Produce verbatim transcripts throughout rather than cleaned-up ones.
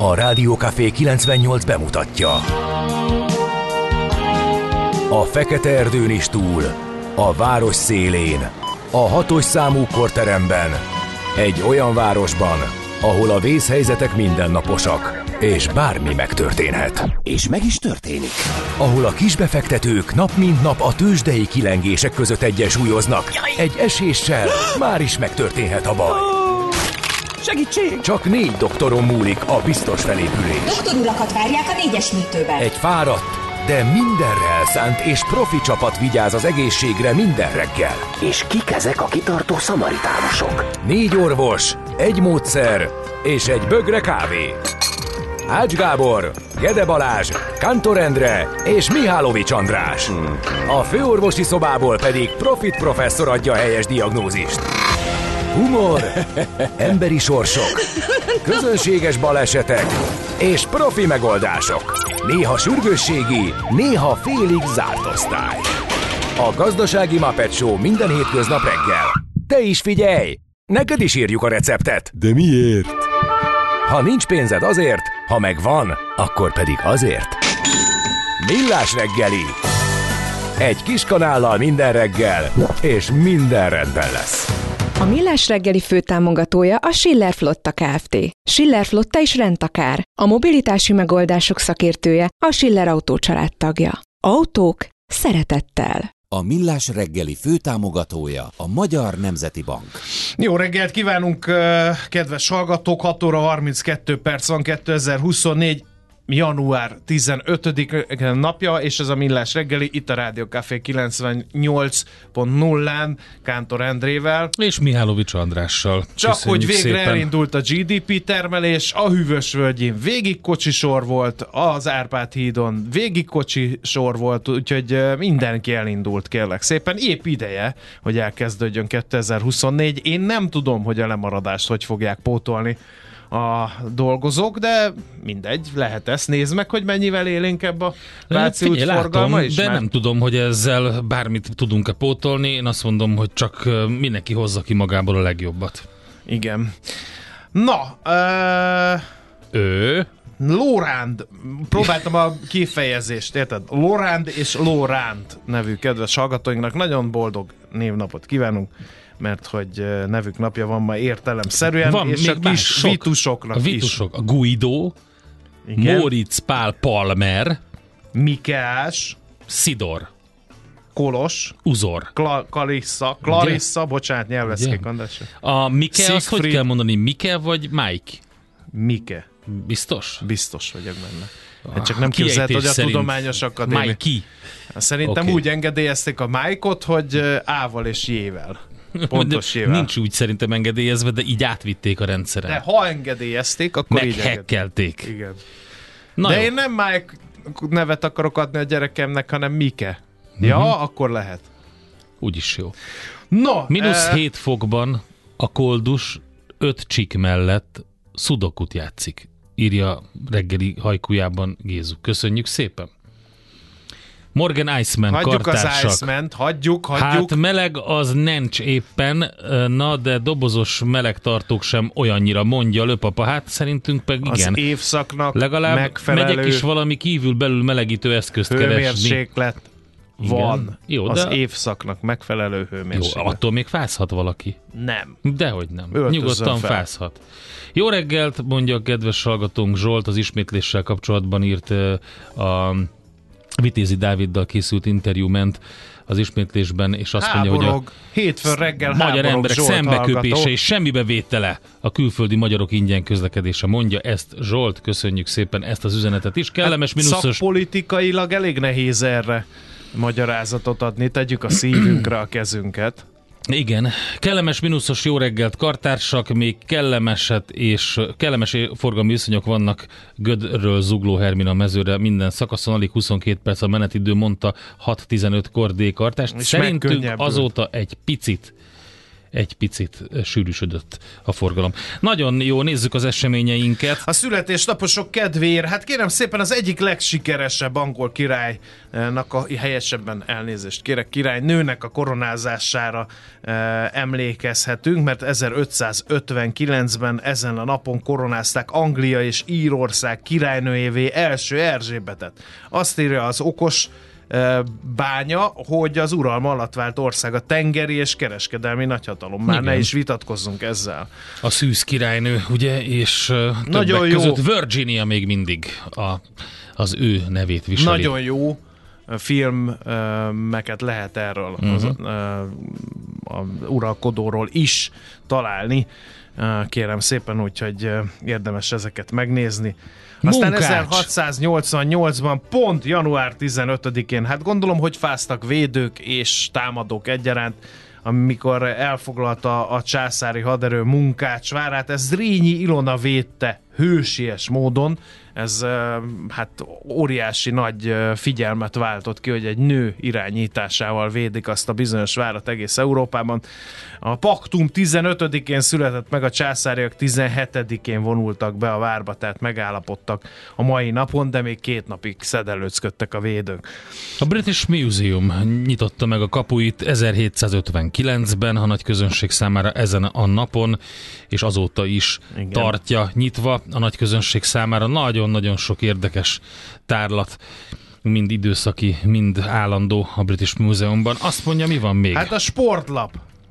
A Rádió Café kilencvennyolc bemutatja. A fekete erdőn is túl, a város szélén, a hatos számú korteremben, egy olyan városban, ahol a vészhelyzetek mindennaposak, és bármi megtörténhet. És meg is történik. Ahol a kisbefektetők nap mint nap a tőzsdei kilengések között egyensúlyoznak. Egy eséssel már is megtörténhet a baj. Segítség! Csak négy doktoron múlik a biztos felépülés. Doktor urakat várják a négyes műtőben. Egy fáradt, de mindenre elszánt és profi csapat vigyáz az egészségre minden reggel. És kik ezek a kitartó szamaritánusok? Négy orvos, egy módszer és egy bögre kávé. Ács Gábor, Gede Balázs, Kántor Endre és Mihálovics András. A főorvosi szobából pedig Profit professzor adja a helyes diagnózist. Humor, emberi sorsok, közönséges balesetek és profi megoldások. Néha sürgősségi, néha félig zárt osztály. A Gazdasági Muppet Show minden hétköznap reggel. Te is figyelj! Neked is írjuk a receptet. De miért? Ha nincs pénzed azért, ha megvan, akkor pedig azért. Millás reggeli. Egy kis kanállal minden reggel, és minden rendben lesz. A Millás reggeli főtámogatója a Schiller Flotta Kft. Schiller Flotta is rendtakár. A mobilitási megoldások szakértője, a Schiller Autó család tagja. Autók szeretettel. A Millás reggeli főtámogatója a Magyar Nemzeti Bank. Jó reggelt kívánunk, kedves hallgatók! hat óra harminckettő perc van, kétezer-huszonnégy. január tizenötödike napja, és ez a Millás reggeli, itt a Rádió Café kilencvennyolc pont nullán Kántor Endrével. És Mihálovics Andrással. Csak Köszönjük hogy végre szépen. Elindult a gé dé pé termelés, a Hűvösvölgyén végig kocsisor volt, az Árpád hídon végig kocsisor volt, úgyhogy mindenki elindult, kérlek szépen. Épp ideje, hogy elkezdődjön kétezer-huszonnégy. Én nem tudom, hogy a lemaradást hogy fogják pótolni a dolgozók, de mindegy, lehet ezt. Nézd meg, hogy mennyivel élénkebb a Váci út forgalma is. De mert... nem tudom, hogy ezzel bármit tudunk-e pótolni. Én azt mondom, hogy csak mindenki hozza ki magából a legjobbat. Igen. Na, uh... ő... Lóránd. Próbáltam a kifejezést, érted? Lóránd és Lóránd nevű kedves hallgatóinknak nagyon boldog névnapot kívánunk, mert hogy nevük napja van ma értelemszerűen, van és a kis sok, vitusoknak a vitusok, is. A Guido, igen? Móricz Pál Palmer, Mikeás, Szidor, Kolos, Uzor, Kla- Kalissa, Clarissa, ugye? Bocsánat, nyelveszkék, András. A Mike, Siegfried. azt hogy kell mondani, Mike vagy Mike? Mike. Biztos? Biztos vagyok benne. Hát csak nem képzelt, hogy a Tudományos Akadémia. Mikey. Szerintem okay. Úgy engedélyezték a Mike-ot, hogy A-val és J-vel. Pontos J-vel. Nincs úgy szerintem engedélyezve, de így átvitték a rendszeren. De ha engedélyezték, akkor így meghekkelték. Igen. Na de jó. én nem Mike nevet akarok adni a gyerekemnek, hanem Mike. Ja, uh-huh. Akkor lehet. Úgyis jó. No, Minusz eh... hét fokban a koldus öt csik mellett szudokut játszik, írja reggeli hajkujában Gézu. Köszönjük szépen. Morgan Iceman hagyjuk kartársak. Az Iceman-t, hagyjuk, hagyjuk. Hát meleg az nencs éppen, na de dobozos melegtartók sem olyannyira, mondja Löpapa. Hát szerintünk meg igen. Az évszaknak legalább megfelelő megyek is valami kívül-belül melegítő eszközt keresni. Hőmérséklet van. Jó, az de... évszaknak megfelelő hőmérséklet. Jó, attól még fázhat valaki. Nem. Dehogy nem. Öltözzön Nyugodtan fel. fázhat. Jó reggelt, mondja a kedves hallgatónk Zsolt, az ismétléssel kapcsolatban írt a Vitézi Dáviddal készült interjú ment az ismétlésben, és azt háborog. mondja, hogy a hétfőn reggel magyar háborog, emberek Zsolt szembeköpése hallgató. és semmibe vétele a külföldi magyarok ingyen közlekedése, mondja ezt Zsolt. Köszönjük szépen ezt az üzenetet is. Kellemes hát minuszos... Szakpolitikailag elég nehéz erre magyarázatot adni, tegyük a szívünkre a kezünket. Igen, kellemes minuszos jó reggelt kartársak, még kellemeset és kellemes forgalmi viszonyok vannak Gödről Zugló Hermina mezőre minden szakaszon, alig huszonkét perc a menetidő, mondta hat tizenötkor D kartást. Szerintünk azóta egy picit egy picit sűrűsödött a forgalom. Nagyon jó, nézzük az eseményeinket. A születésnaposok kedvéért, hát kérem szépen az egyik legsikeresebb angol királynak a helyesebben elnézést kérek, királynőnek a koronázására e, emlékezhetünk, mert ezerötszázötvenkilencben ezen a napon koronázták Anglia és Írország királynőjévé első Erzsébetet. Azt írja az okos bánya, hogy az uralma alatt vált ország a tengeri és kereskedelmi nagyhatalom. Már igen. Ne is vitatkozzunk ezzel. A szűz királynő, ugye, és nagyon többek jó. között Virginia még mindig a, az ő nevét viseli. Nagyon jó filmeket lehet erről uh-huh. az, a uralkodóról is találni. Kérem szépen, úgyhogy érdemes ezeket megnézni. Aztán Munkács. ezerhatszáznyolcvannyolcban pont január tizenötödikén, hát gondolom, hogy fáztak védők és támadók egyaránt, amikor elfoglalta a császári haderő Munkács várát, ez Zrínyi Ilona védte hősies módon. Ez hát óriási nagy figyelmet váltott ki, hogy egy nő irányításával védik azt a bizonyos várat egész Európában. A paktum tizenötödikén született meg, a császáriak tizenhetedikén vonultak be a várba, tehát megállapodtak a mai napon, de még két napig szedelőcködtek a védők. A British Museum nyitotta meg a kapuit ezerhétszázötvenkilencben a nagy közönség számára ezen a napon, és azóta is igen. tartja nyitva a nagy közönség számára. Nagyon-nagyon sok érdekes tárlat, mind időszaki, mind állandó a British Museumban. Azt mondja, mi van még? Hát a sportlap.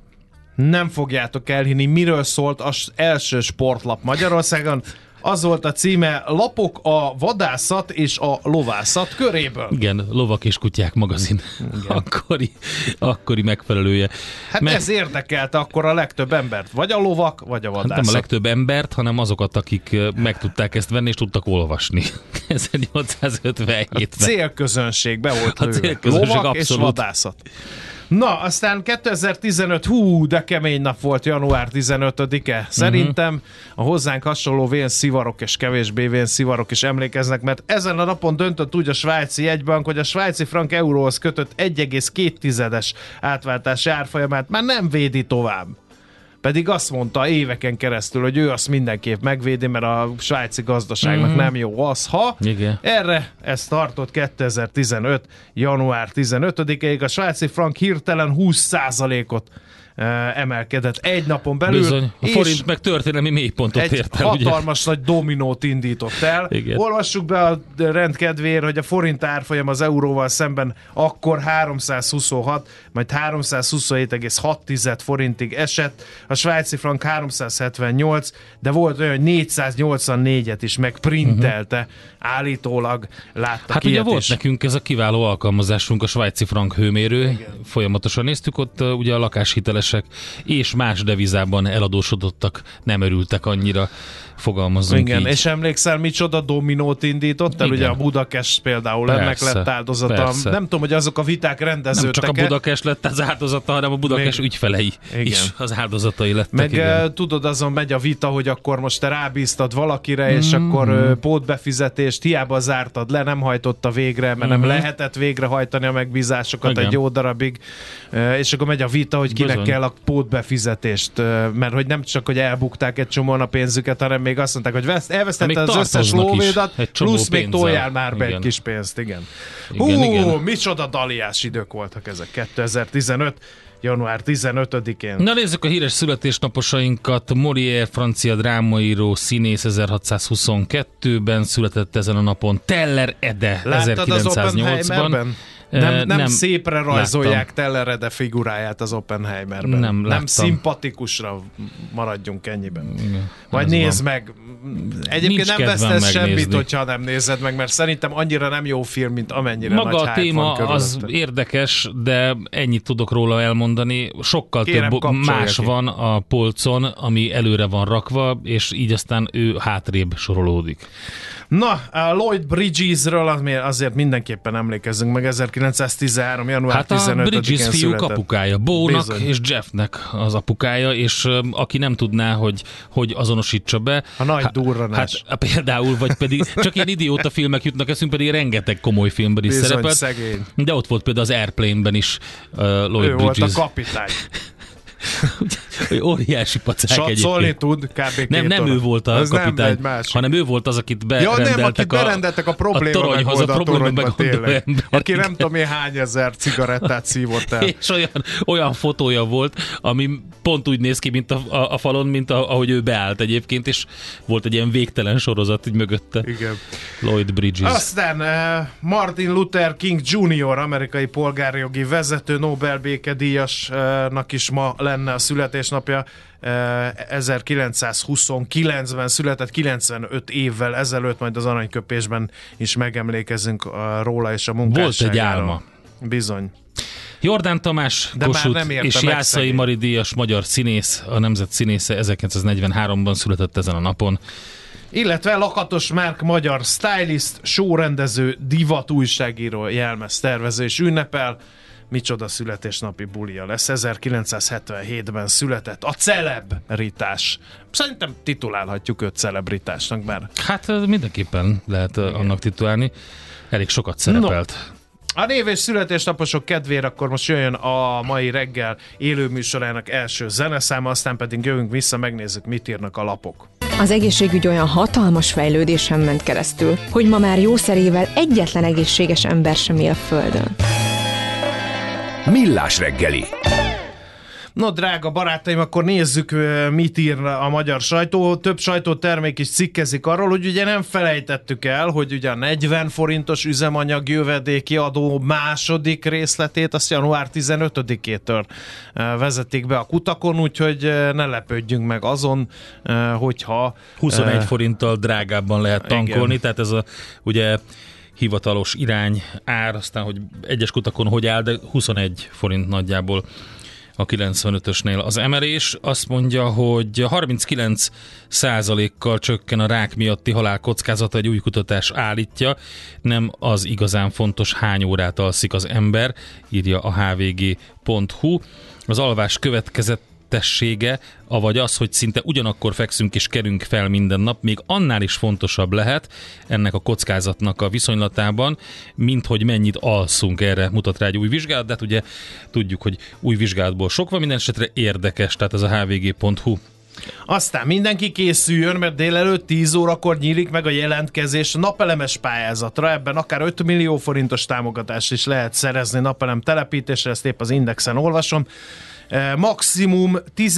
Nem fogjátok elhinni, miről szólt az első sportlap Magyarországon. Az volt a címe, Lapok a vadászat és a lovászat köréből. Igen, Lovak és kutyák magazin. Akkori, akkori megfelelője. Hát Mert... ez érdekelte akkor a legtöbb embert. Vagy a lovak, vagy a vadászat. Nem a legtöbb embert, hanem azokat, akik meg tudták ezt venni, és tudtak olvasni. ezernyolcszázötvenhétben. A célközönség be volt a lőve. Lovak és vadászat. Na, aztán kétezer-tizenöt, hú, de kemény nap volt január tizenötödike. Szerintem a hozzánk hasonló vén szivarok és kevésbé vén szivarok is emlékeznek, mert ezen a napon döntött úgy a svájci jegybank, hogy a svájci frank euróhoz kötött egy egész két tizedes átváltási árfolyamát már nem védi tovább. Pedig azt mondta éveken keresztül, hogy ő azt mindenképp megvédi, mert a svájci gazdaságnak mm. nem jó az, ha. Igen. Erre ez tartott kétezer-tizenöt. január tizenötödikéig. A svájci frank hirtelen húsz százalékot uh, emelkedett egy napon belül. Bizony, a forint meg történelmi mélypontot ért el. Egy hatalmas ugye? Nagy dominót indított el. Igen. Olvassuk be a rendkedvéért, hogy a forint árfolyam az euróval szemben akkor háromszázhuszonhat, majd háromszázhuszonhét egész hat forintig esett, a svájci frank háromszázhetvennyolc, de volt olyan, hogy négyszáznyolcvannégyet is megprintelte, uh-huh. állítólag láttak Hát ilyet ugye volt is. nekünk ez a kiváló alkalmazásunk, a svájci frank hőmérő. Igen. Folyamatosan néztük, ott uh, ugye a lakáshitelesek és más devizában eladósodottak, nem örültek annyira, fogalmazzunk Igen, így. és emlékszel, micsoda dominót indított el? Igen. Ugye a Budakest például persze, ennek lett áldozata. Persze. Nem tudom, hogy azok a viták rendeződtek. Nem csak a Budakest lett az áldozata, hanem a Budakest Még... ügyfelei igen. is az áldozatai lettek. Meg igen. tudod, azon megy a vita, hogy akkor most te rábíztad valakire, és mm. akkor pótbefizetést hiába zártad le, nem hajtotta végre, mert mm-hmm. nem lehetett végrehajtani a megbízásokat igen. egy jó darabig, és akkor megy a vita, hogy kinek Bizony. kell a pótbefizetést, mert hogy nem csak, hogy elbukták egy csomóan a pénzüket, hanem még azt mondták, hogy veszt, elvesztette az összes lóvédat, plusz még toljál már be egy kis pénzt, igen. igen Hú, igen. micsoda daliás idők voltak ezek, kétezer-tizenöt. január tizenötödikén. Na nézzük a híres születésnaposainkat. Molière, francia drámaíró, színész ezerhatszázhuszonkettőben született ezen a napon. Teller Ede ezerkilencszáznyolcban. Nem, nem, nem szépre rajzolják láttam. Teller Ede figuráját az Oppenheimerben. Nem, nem szimpatikusra maradjunk ennyiben. Igen, Majd nézd van. meg. Egyébként Nincs nem vesztesz semmit, hogyha nem nézed meg, mert szerintem annyira nem jó film, mint amennyire Maga nagy a téma az érdekes, de ennyit tudok róla elmondani. Sokkal Kérem, több más ki. van a polcon, ami előre van rakva, és így aztán ő hátrébb sorolódik. Na, a Lloyd Bridgesről azért mindenképpen emlékezzünk meg, ezerkilencszáztizenhárom. január hát tizenötödikén a Bridges fiúk született. apukája, Bo-nak és Jeffnek az apukája, és um, aki nem tudná, hogy, hogy azonosítsa be. A nagy durranás. Hát például, vagy pedig csak ilyen idióta filmek jutnak eszünk, pedig rengeteg komoly filmben is Bizony, szerepelt. Szegény. De ott volt például az Airplane-ben is uh, Lloyd ő Bridges. Ő volt a kapitány. Óriási pacák egyébként. Satszolni tud, kb. Nem, nem ő volt a ez kapitány, hanem ő volt az, akit berendeltek, ja, nem, akit a, berendeltek a probléma a toronyhoz, a probléma megoldó ember. Aki nem tudom én hány ezer cigarettát szívott el. És olyan, olyan fotója volt, ami pont úgy néz ki, mint a, a, a falon, mint a, ahogy ő beállt egyébként, és volt egy ilyen végtelen sorozat így mögötte. Igen. Lloyd Bridges. Aztán uh, Martin Luther King junior, amerikai polgárjogi vezető, Nobel békedíjasnak is ma lenne a születésnapja. ezerkilencszázhuszonkilencben született, kilencvenöt évvel ezelőtt, majd az aranyköpésben is megemlékezünk róla és a munkásságáról. Volt egy álma. Bizony. Jordán Tamás, de Kossuth és Jászai Mari díjas magyar színész, a nemzet színésze, ezerkilencszáznegyvenháromban született ezen a napon. Illetve Lakatos Márk, magyar stylist, showrendező, divat újságíró, jelmeztervező és ünnepel. Micsoda születésnapi bulia lesz. ezerkilencszázhetvenhétben született a celebritás. Szerintem titulálhatjuk őt celebritásnak, bár... Hát mindenképpen lehet igen. annak titulálni. Elég sokat szerepelt. No. A név és születésnaposok kedvére akkor most jöjjön a mai reggel élőműsorának első zeneszáma, aztán pedig jövünk vissza, megnézzük, mit írnak a lapok. Az egészségügy olyan hatalmas fejlődésen ment keresztül, hogy ma már jószerével egyetlen egészséges ember sem él a Földön. Millás reggeli. No, drága barátaim, akkor nézzük, mit ír a magyar sajtó. Több sajtótermék is cikkezik arról, hogy ugye nem felejtettük el, hogy ugye a negyven forintos üzemanyag jövedéki adó második részletét azt január tizenötödikétől vezetik be a kutakon, úgyhogy ne lepődjünk meg azon, hogyha... huszonegy forinttal drágábban lehet tankolni, igen. Tehát ez a ugye hivatalos irány ár, aztán, hogy egyes kutakon hogy áll, de huszonegy forint nagyjából a kilencvenötösnél az emelés. Azt mondja, hogy harminckilenc százalékkal csökken a rák miatti halál kockázata, egy új kutatás állítja. Nem az igazán fontos, hány órát alszik az ember, írja a há vé gé pont hú. Az alvás következett tessége, avagy az, hogy szinte ugyanakkor fekszünk és kerünk fel minden nap, még annál is fontosabb lehet ennek a kockázatnak a viszonylatában, mint hogy mennyit alszunk, erre mutat rá egy új vizsgálat, de hát ugye tudjuk, hogy új vizsgálatból sok van, minden esetre érdekes, tehát ez a há vé gé pont hú. Aztán mindenki készüljön, mert délelőtt tíz órakor nyílik meg a jelentkezés a napelemes pályázatra, ebben akár öt millió forintos támogatást is lehet szerezni napelem telepítésre, ezt épp az Indexen olvasom. Maximum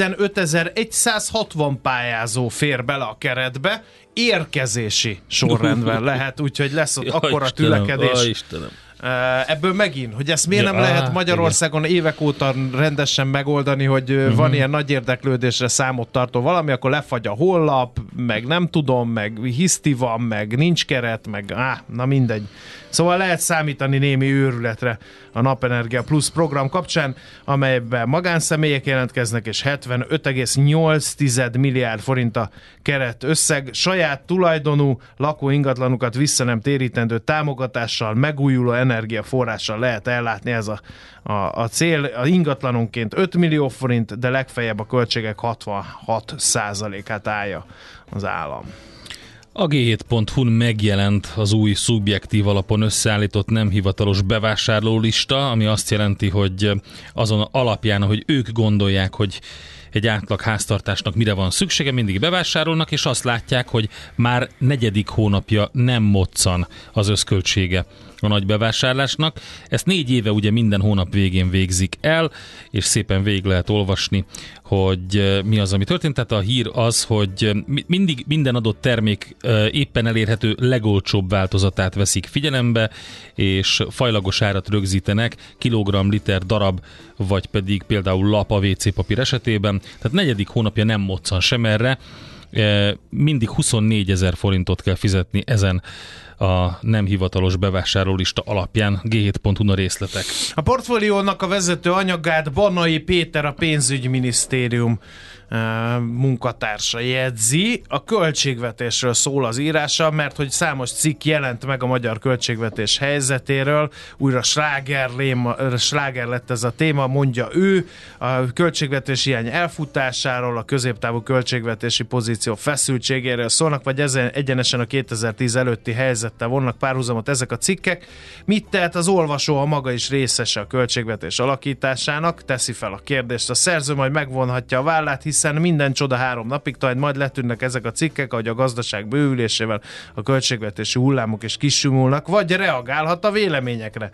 tizenötezer-százhatvan pályázó fér bele a keretbe, érkezési sorrendben lehet, úgyhogy lesz ott akkora tülekedés. Ebből megint, hogy ezt miért ja, nem lehet Magyarországon igen. évek óta rendesen megoldani, hogy uh-huh. van ilyen nagy érdeklődésre számot tartó valami, akkor lefagy a honlap, meg nem tudom, meg hiszti van, meg nincs keret, meg áh, na mindegy. Szóval lehet számítani némi őrületre a Napenergia Plus program kapcsán, amelyben magánszemélyek jelentkeznek, és hetvenöt egész nyolc milliárd forint a keret összeg. Saját tulajdonú lakóingatlanukat vissza nem térítendő támogatással, megújuló energiaforrással lehet ellátni, ez a, a, a cél. A ingatlanonként öt millió forint, de legfeljebb a költségek hatvanhat százalékát állja az állam. A gé hét pont hú-n megjelent az új szubjektív alapon összeállított nem hivatalos bevásárlólista, ami azt jelenti, hogy azon alapján, hogy ők gondolják, hogy egy átlag háztartásnak mire van szüksége, mindig bevásárolnak, és azt látják, hogy már negyedik hónapja nem moccan az összköltsége a nagy bevásárlásnak. Ezt négy éve ugye minden hónap végén végzik el, és szépen végig lehet olvasni, hogy mi az, ami történt. Tehát a hír az, hogy mindig minden adott termék éppen elérhető legolcsóbb változatát veszik figyelembe, és fajlagos árat rögzítenek, kilogramm, liter, darab, vagy pedig például lap a vé cé papír esetében. Tehát negyedik hónapja nem moccan sem erre, mindig huszonnégyezer forintot kell fizetni ezen a nem hivatalos bevásárlólista alapján. gé hét pont hú-n a részletek. A portfóliónak a vezető anyagát Banai Péter, a pénzügyminisztérium munkatársa jegyzi. A költségvetésről szól az írása, mert hogy számos cikk jelent meg a magyar költségvetés helyzetéről. Újra sláger, léma, sláger lett ez a téma, mondja ő. A költségvetési hiány elfutásáról, a középtávú költségvetési pozíció feszültségéről szólnak, vagy ezen egyenesen a kétezer-tíz előtti helyzet helyzettel vonnak párhuzamot ezek a cikkek. Mit tehet az olvasó, ha maga is részese a költségvetés alakításának? Teszi fel a kérdést. A szerző majd megvonhatja a vállát, hiszen minden csoda három napig, majd majd letűnnek ezek a cikkek, ahogy a gazdaság bővülésével a költségvetési hullámok is kisümulnak, vagy reagálhat a véleményekre.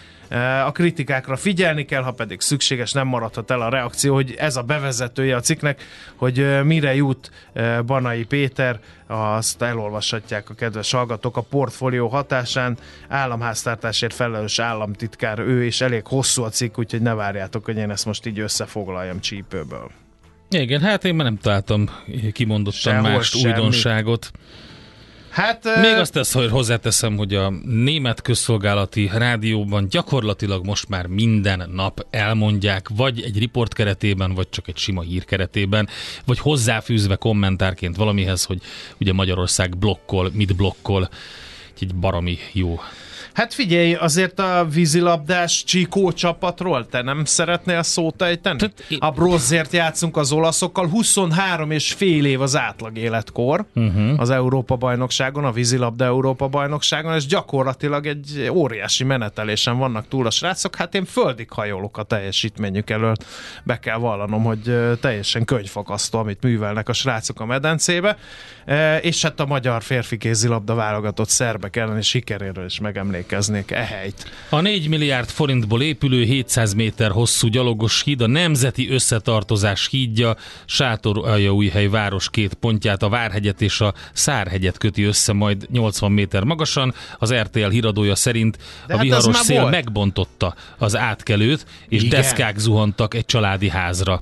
A kritikákra figyelni kell, ha pedig szükséges, nem maradhat el a reakció, hogy ez a bevezetője a cikknek, hogy mire jut Banai Péter, azt elolvashatják a kedves hallgatók a Portfólió hatásán. Államháztartásért felelős államtitkár ő, és elég hosszú a cikk, úgyhogy ne várjátok, hogy én ezt most így összefoglaljam csípőből. Igen, hát én már nem találtam kimondottan más újdonságot. Hát, még azt tesz, hogy hozzáteszem, hogy a német közszolgálati rádióban gyakorlatilag most már minden nap elmondják, vagy egy riport keretében, vagy csak egy sima hír keretében, vagy hozzáfűzve kommentárként valamihez, hogy ugye Magyarország blokkol, mit blokkol, egy baromi jó. Hát figyelj, azért a vízilabdás Csíkó csapatról te nem szeretnél szót ejteni? Tehát, a bronzért játszunk az olaszokkal, huszonhárom és fél év az átlag életkor uh-huh. az Európa-bajnokságon, a vízilabda Európa-bajnokságon, és gyakorlatilag egy óriási menetelésen vannak túl a srácok. Hát én földig hajolok a teljesítményük elől. Be kell vallanom, hogy teljesen könyvfakasztó, amit művelnek a srácok a medencébe, és hát a magyar férfi kézilabda válogatott szerbek elleni sikeréről is megemlékeznék ehelyt. A négy milliárd forintból épülő hétszáz méter hosszú gyalogos híd a Nemzeti Összetartozás hídja, Sátoraljaújhely város két pontját, a Várhegyet és a Szárhegyet köti össze majd nyolcvan méter magasan. Az er té el híradója szerint de a hát viharos szél volt. Megbontotta az átkelőt, és igen, deszkák zuhantak egy családi házra.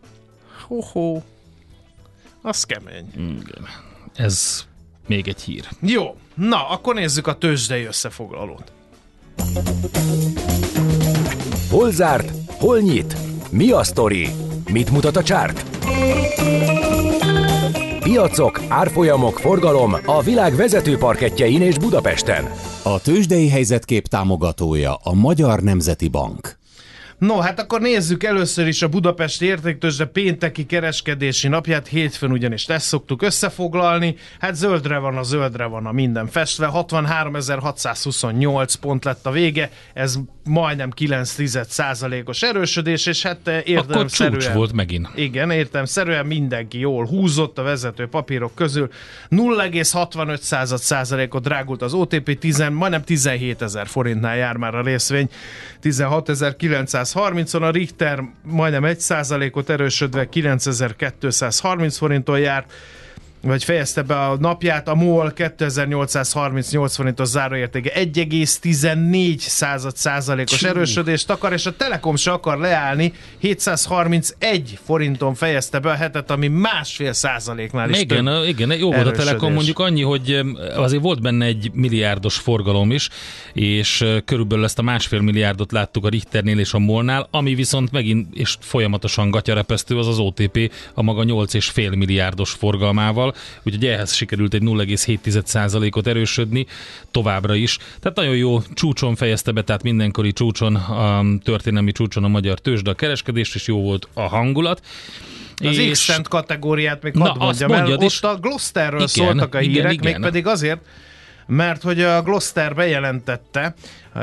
Ho-ho. Az kemény. Igen. Ez még egy hír. Jó, na, akkor nézzük a tőzsdei összefoglalót. Hol zárt? Hol nyit? Mi a sztori? Mit mutat a csárt? Piacok, árfolyamok, forgalom a világ vezető parkettjein és Budapesten. A tőzsdei helyzetkép támogatója a Magyar Nemzeti Bank. No, hát akkor nézzük először is a Budapesti Értéktőzsde pénteki kereskedési napját, hétfőn ugyanis ezt szoktuk összefoglalni. Hát zöldre van a zöldre van a minden festve, hatvanháromezer-hatszázhuszonnyolc pont lett a vége, ez majdnem kilenc tized százalékos erősödés, és hát értelemszerűen... Akkor csúcs volt megint. Igen, értelemszerűen mindenki jól húzott a vezető papírok közül. nulla egész hatvanöt százalékot drágult az o té pé, tíz, majdnem tizenhétezer forintnál jár már a részvény, tizenhatezer-kilencszázharmincon, a Richter majdnem egy százalékot erősödve kilencezer-kétszázharminc forinton járt, vagy fejezte be a napját, a MOL kétezer-nyolcszázharmincnyolc forintos záróértéke egy egész tizennégy százalékos erősödést akar, és a Telekom se akar leállni, hétszázharmincegy forinton fejezte be a hetet, ami másfél százaléknál is igen, több igen, jó volt a Telekom, mondjuk annyi, hogy azért volt benne egy milliárdos forgalom is, és körülbelül ezt a másfél milliárdot láttuk a Richternél és a MOL-nál, ami viszont megint és folyamatosan gatyarepesztő az az o té pé a maga nyolc egész öt milliárdos forgalmával, úgyhogy ehhez sikerült egy nulla egész hét százalékot erősödni továbbra is. Tehát nagyon jó csúcson fejezte be, tehát mindenkori csúcson, a történelmi csúcson a magyar tőzsde a kereskedést, és jó volt a hangulat. Az és... X-Cent kategóriát még hadd mondjam el, ott a Glosterről igen, szóltak a hírek, igen, igen. Mégpedig azért, mert hogy a Gloster bejelentette,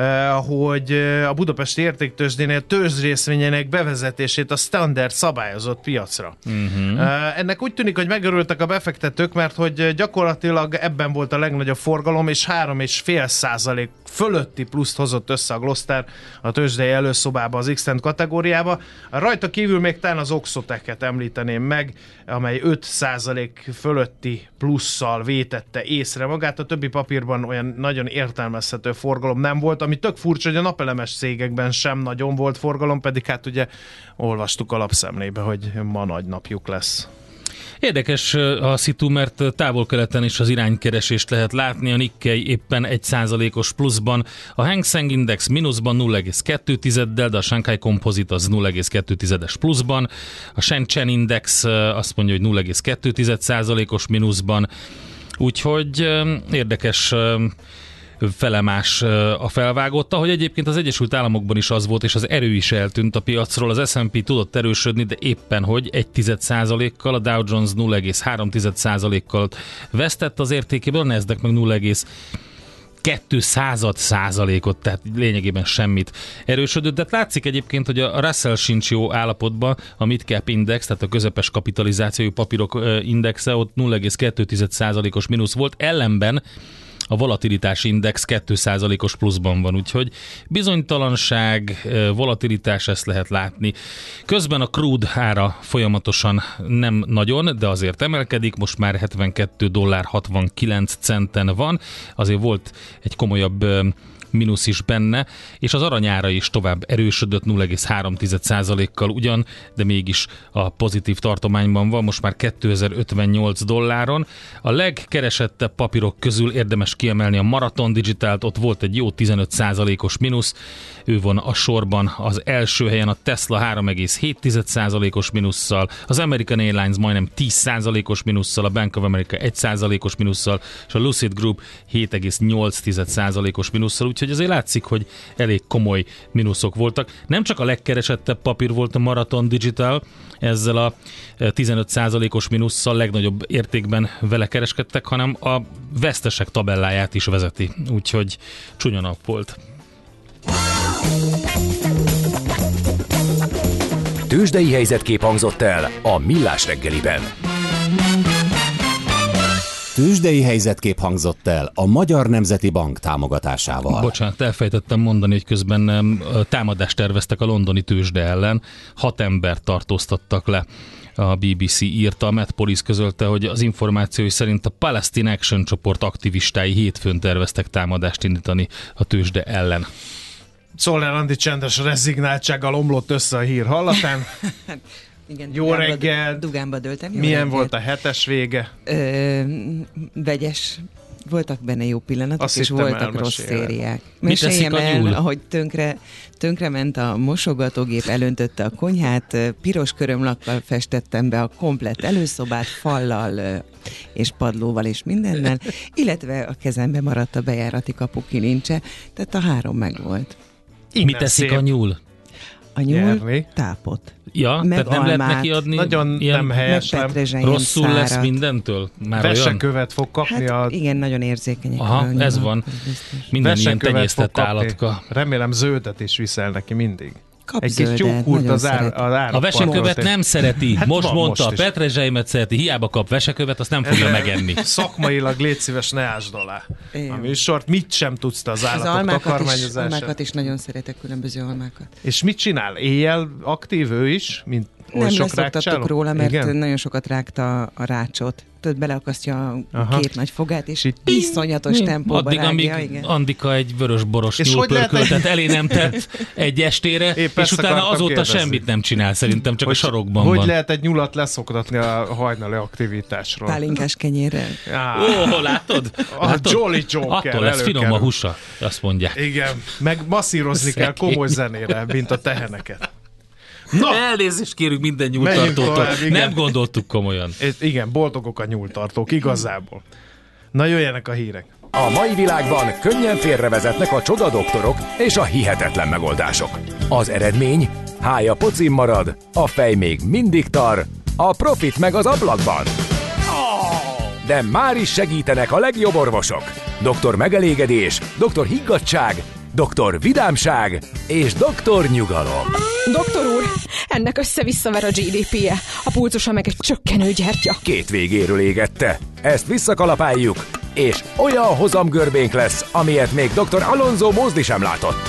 hogy a Budapesti Értéktőzsdénél tőzsdészvényének bevezetését a standard szabályozott piacra. Uh-huh. Ennek úgy tűnik, hogy megörültek a befektetők, mert hogy gyakorlatilag ebben volt a legnagyobb forgalom, és három egész öt százalék fölötti pluszt hozott össze a Gloster a tőzsdei előszobába az X-Cent kategóriába. Rajta kívül még talán az Oxoteket említeném meg, amely öt százalék fölötti plusszal vétette észre magát. A többi papírban olyan nagyon értelmezhető forgalom nem volt, ami tök furcsa, hogy a napelemes cégekben sem nagyon volt forgalom, pedig hát ugye olvastuk a lapszemlébe, hogy ma nagy napjuk lesz. Érdekes a szitu, mert távol-keleten is az iránykeresést lehet látni. A Nikkei éppen egy százalékos pluszban, a Hang Seng Index mínuszban nulla egész kettő tizeddel, de a Shanghai Composite az nulla egész kettő tizedes pluszban, a Shenzhen Index azt mondja, hogy nulla egész kettő százalékos mínuszban, úgyhogy érdekes felemás a felvágott, ahogy egyébként az Egyesült Államokban is az volt, és az erő is eltűnt a piacról. Az es and pé tudott erősödni, de éppen hogy egy tized százalékkal, a Dow Jones nulla egész három százalékkal vesztett az értékéből, a Nasdaq meg nulla egész Kettő század százalékot, tehát lényegében semmit erősödött, de látszik egyébként, hogy a Russell sincs jó állapotban, a midcap index, tehát a közepes kapitalizációjú papírok indexe, ott nulla egész kettő százalékos mínusz volt, ellenben a volatilitás index két százalékos pluszban van, úgyhogy bizonytalanság, volatilitás, ezt lehet látni. Közben a crude ára folyamatosan nem nagyon, de azért emelkedik, most már hetvenkettő dollár hatvankilenc centen van, azért volt egy komolyabb mínusz is benne, és az aranyára is tovább erősödött nulla egész három százalékkal ugyan, de mégis a pozitív tartományban van, most már kétezer-ötvennyolc dolláron. A legkeresettebb papírok közül érdemes kiemelni a Marathon Digitalt, ott volt egy jó tizenöt százalékos mínusz, ő van a sorban az első helyen, a Tesla három egész hét százalékos mínusszal, az American Airlines majdnem tíz százalékos mínusszal, a Bank of America egy százalékos mínusszal, és a Lucid Group hét egész nyolc százalékos mínusszal, úgyhogy azért látszik, hogy elég komoly mínuszok voltak. Nem csak a legkeresettebb papír volt a Marathon Digital, ezzel a tizenöt százalékos mínusszal legnagyobb értékben vele kereskedtek, hanem a vesztesek tabelláját is vezeti. Úgyhogy csúnya nap volt. Tőzsdei helyzetkép hangzott el a Millás reggeliben. Tőzsdei helyzetkép hangzott el a Magyar Nemzeti Bank támogatásával. Bocsánat, elfejtettem mondani, hogy közben támadást terveztek a londoni tőzsde ellen. Hat embert tartóztattak le. A bé bé cé írta, a Met Police közölte, hogy az információi szerint a Palestine Action csoport aktivistái hétfőn terveztek támadást indítani a tőzsde ellen. Czoller Andi csendes rezignáltsággal omlott össze a hír hallatán. Igen, jó Dugánba, reggel. Dugánba döltem. Jó Milyen reggel. volt a hetes vége? Ö, vegyes. Voltak benne jó pillanatok, Azt és hittem, voltak rossz elmeséled. szériák. Mit teszik a nyúl? ahogy tönkre, tönkre ment a mosogatógép, elöntötte a konyhát, piros körömlappal festettem be a komplett előszobát, fallal és padlóval és mindennel, illetve a kezembe maradt a bejárati kapu kilincse, tehát a három megvolt. Mit teszik a nyúl? A nyúl Nyerni. tápot. Ja, Meg tehát nem lehet almát. neki adni Nagyon ilyen nem helyes, Meg nem. petrezselyen rosszul szárat. lesz mindentől? Már olyan? Vesekövet fog kapni Hát a... igen, nagyon érzékenyek. Aha, a nyúlak, ez van. ez biztos. Minden ilyen Vesekövet tenyésztett fog kapni. állatka. Remélem zöldet is viszel neki mindig. Kap Egy kis zöldet, tyúkurt nagyon az, ár, szeret. az árok A vesekövet parton. nem szereti. Hát most van mondta, most a is. petrezselymet szereti, hiába kap vesekövet, azt nem fogja De megenni. Szakmailag légy szíves, ne ásd alá. Igen. A műsort, mit sem tudsz te az Az állatok almákat is, takarmányozását. almákat is nagyon szeretek, különböző almákat. És mit csinál? Éjjel aktív ő is? Mint oly Nem sok leszoktattuk rákcsáló? róla, mert Igen? nagyon sokat rágta a rácsot. Tudod, beleakasztja a Aha. két nagy fogát, és És így- iszonyatos tempóban Addig, rágja. amíg Igen. Andika egy vörös-boros És hogy lehet nyúlpörköltet egy- elé nem tett egy estére, Épp és ezt utána akartam azóta kérdezni. semmit nem csinál, szerintem csak a sarokban hogy van. lehet egy nyulat leszoktatni a hajnali aktivitásról? Pálinkás kenyérrel. Á, Ó, látod? a látod? Jolly Joker Attól lesz finom a előkerül. húsa, azt mondják. Igen, meg masszírozni kell Szegény. komoly zenére, mint a teheneket. Na, Elnézést kérünk minden Menjünk nyúltartótól. tovább, igen. Nem gondoltuk komolyan. és igen, boldogok a nyúltartók, igazából. Na, jöjjenek a hírek. A mai világban könnyen félrevezetnek a csodadoktorok és a hihetetlen megoldások. Az eredmény? Hája pocim marad, a fej még mindig tar, a profit meg az ablakban. De már is segítenek a legjobb orvosok. doktor Megelégedés, doktor Higgadtság, doktor Vidámság és doktor Nyugalom. Doktor úr, ennek össze-visszaver a gé dé pé-je, a pulzusa meg egy csökkenő gyertya. Két végéről égette. Ezt visszakalapáljuk, és olyan hozamgörbénk lesz, amilyet még doktor Alonso Mózdi sem látott.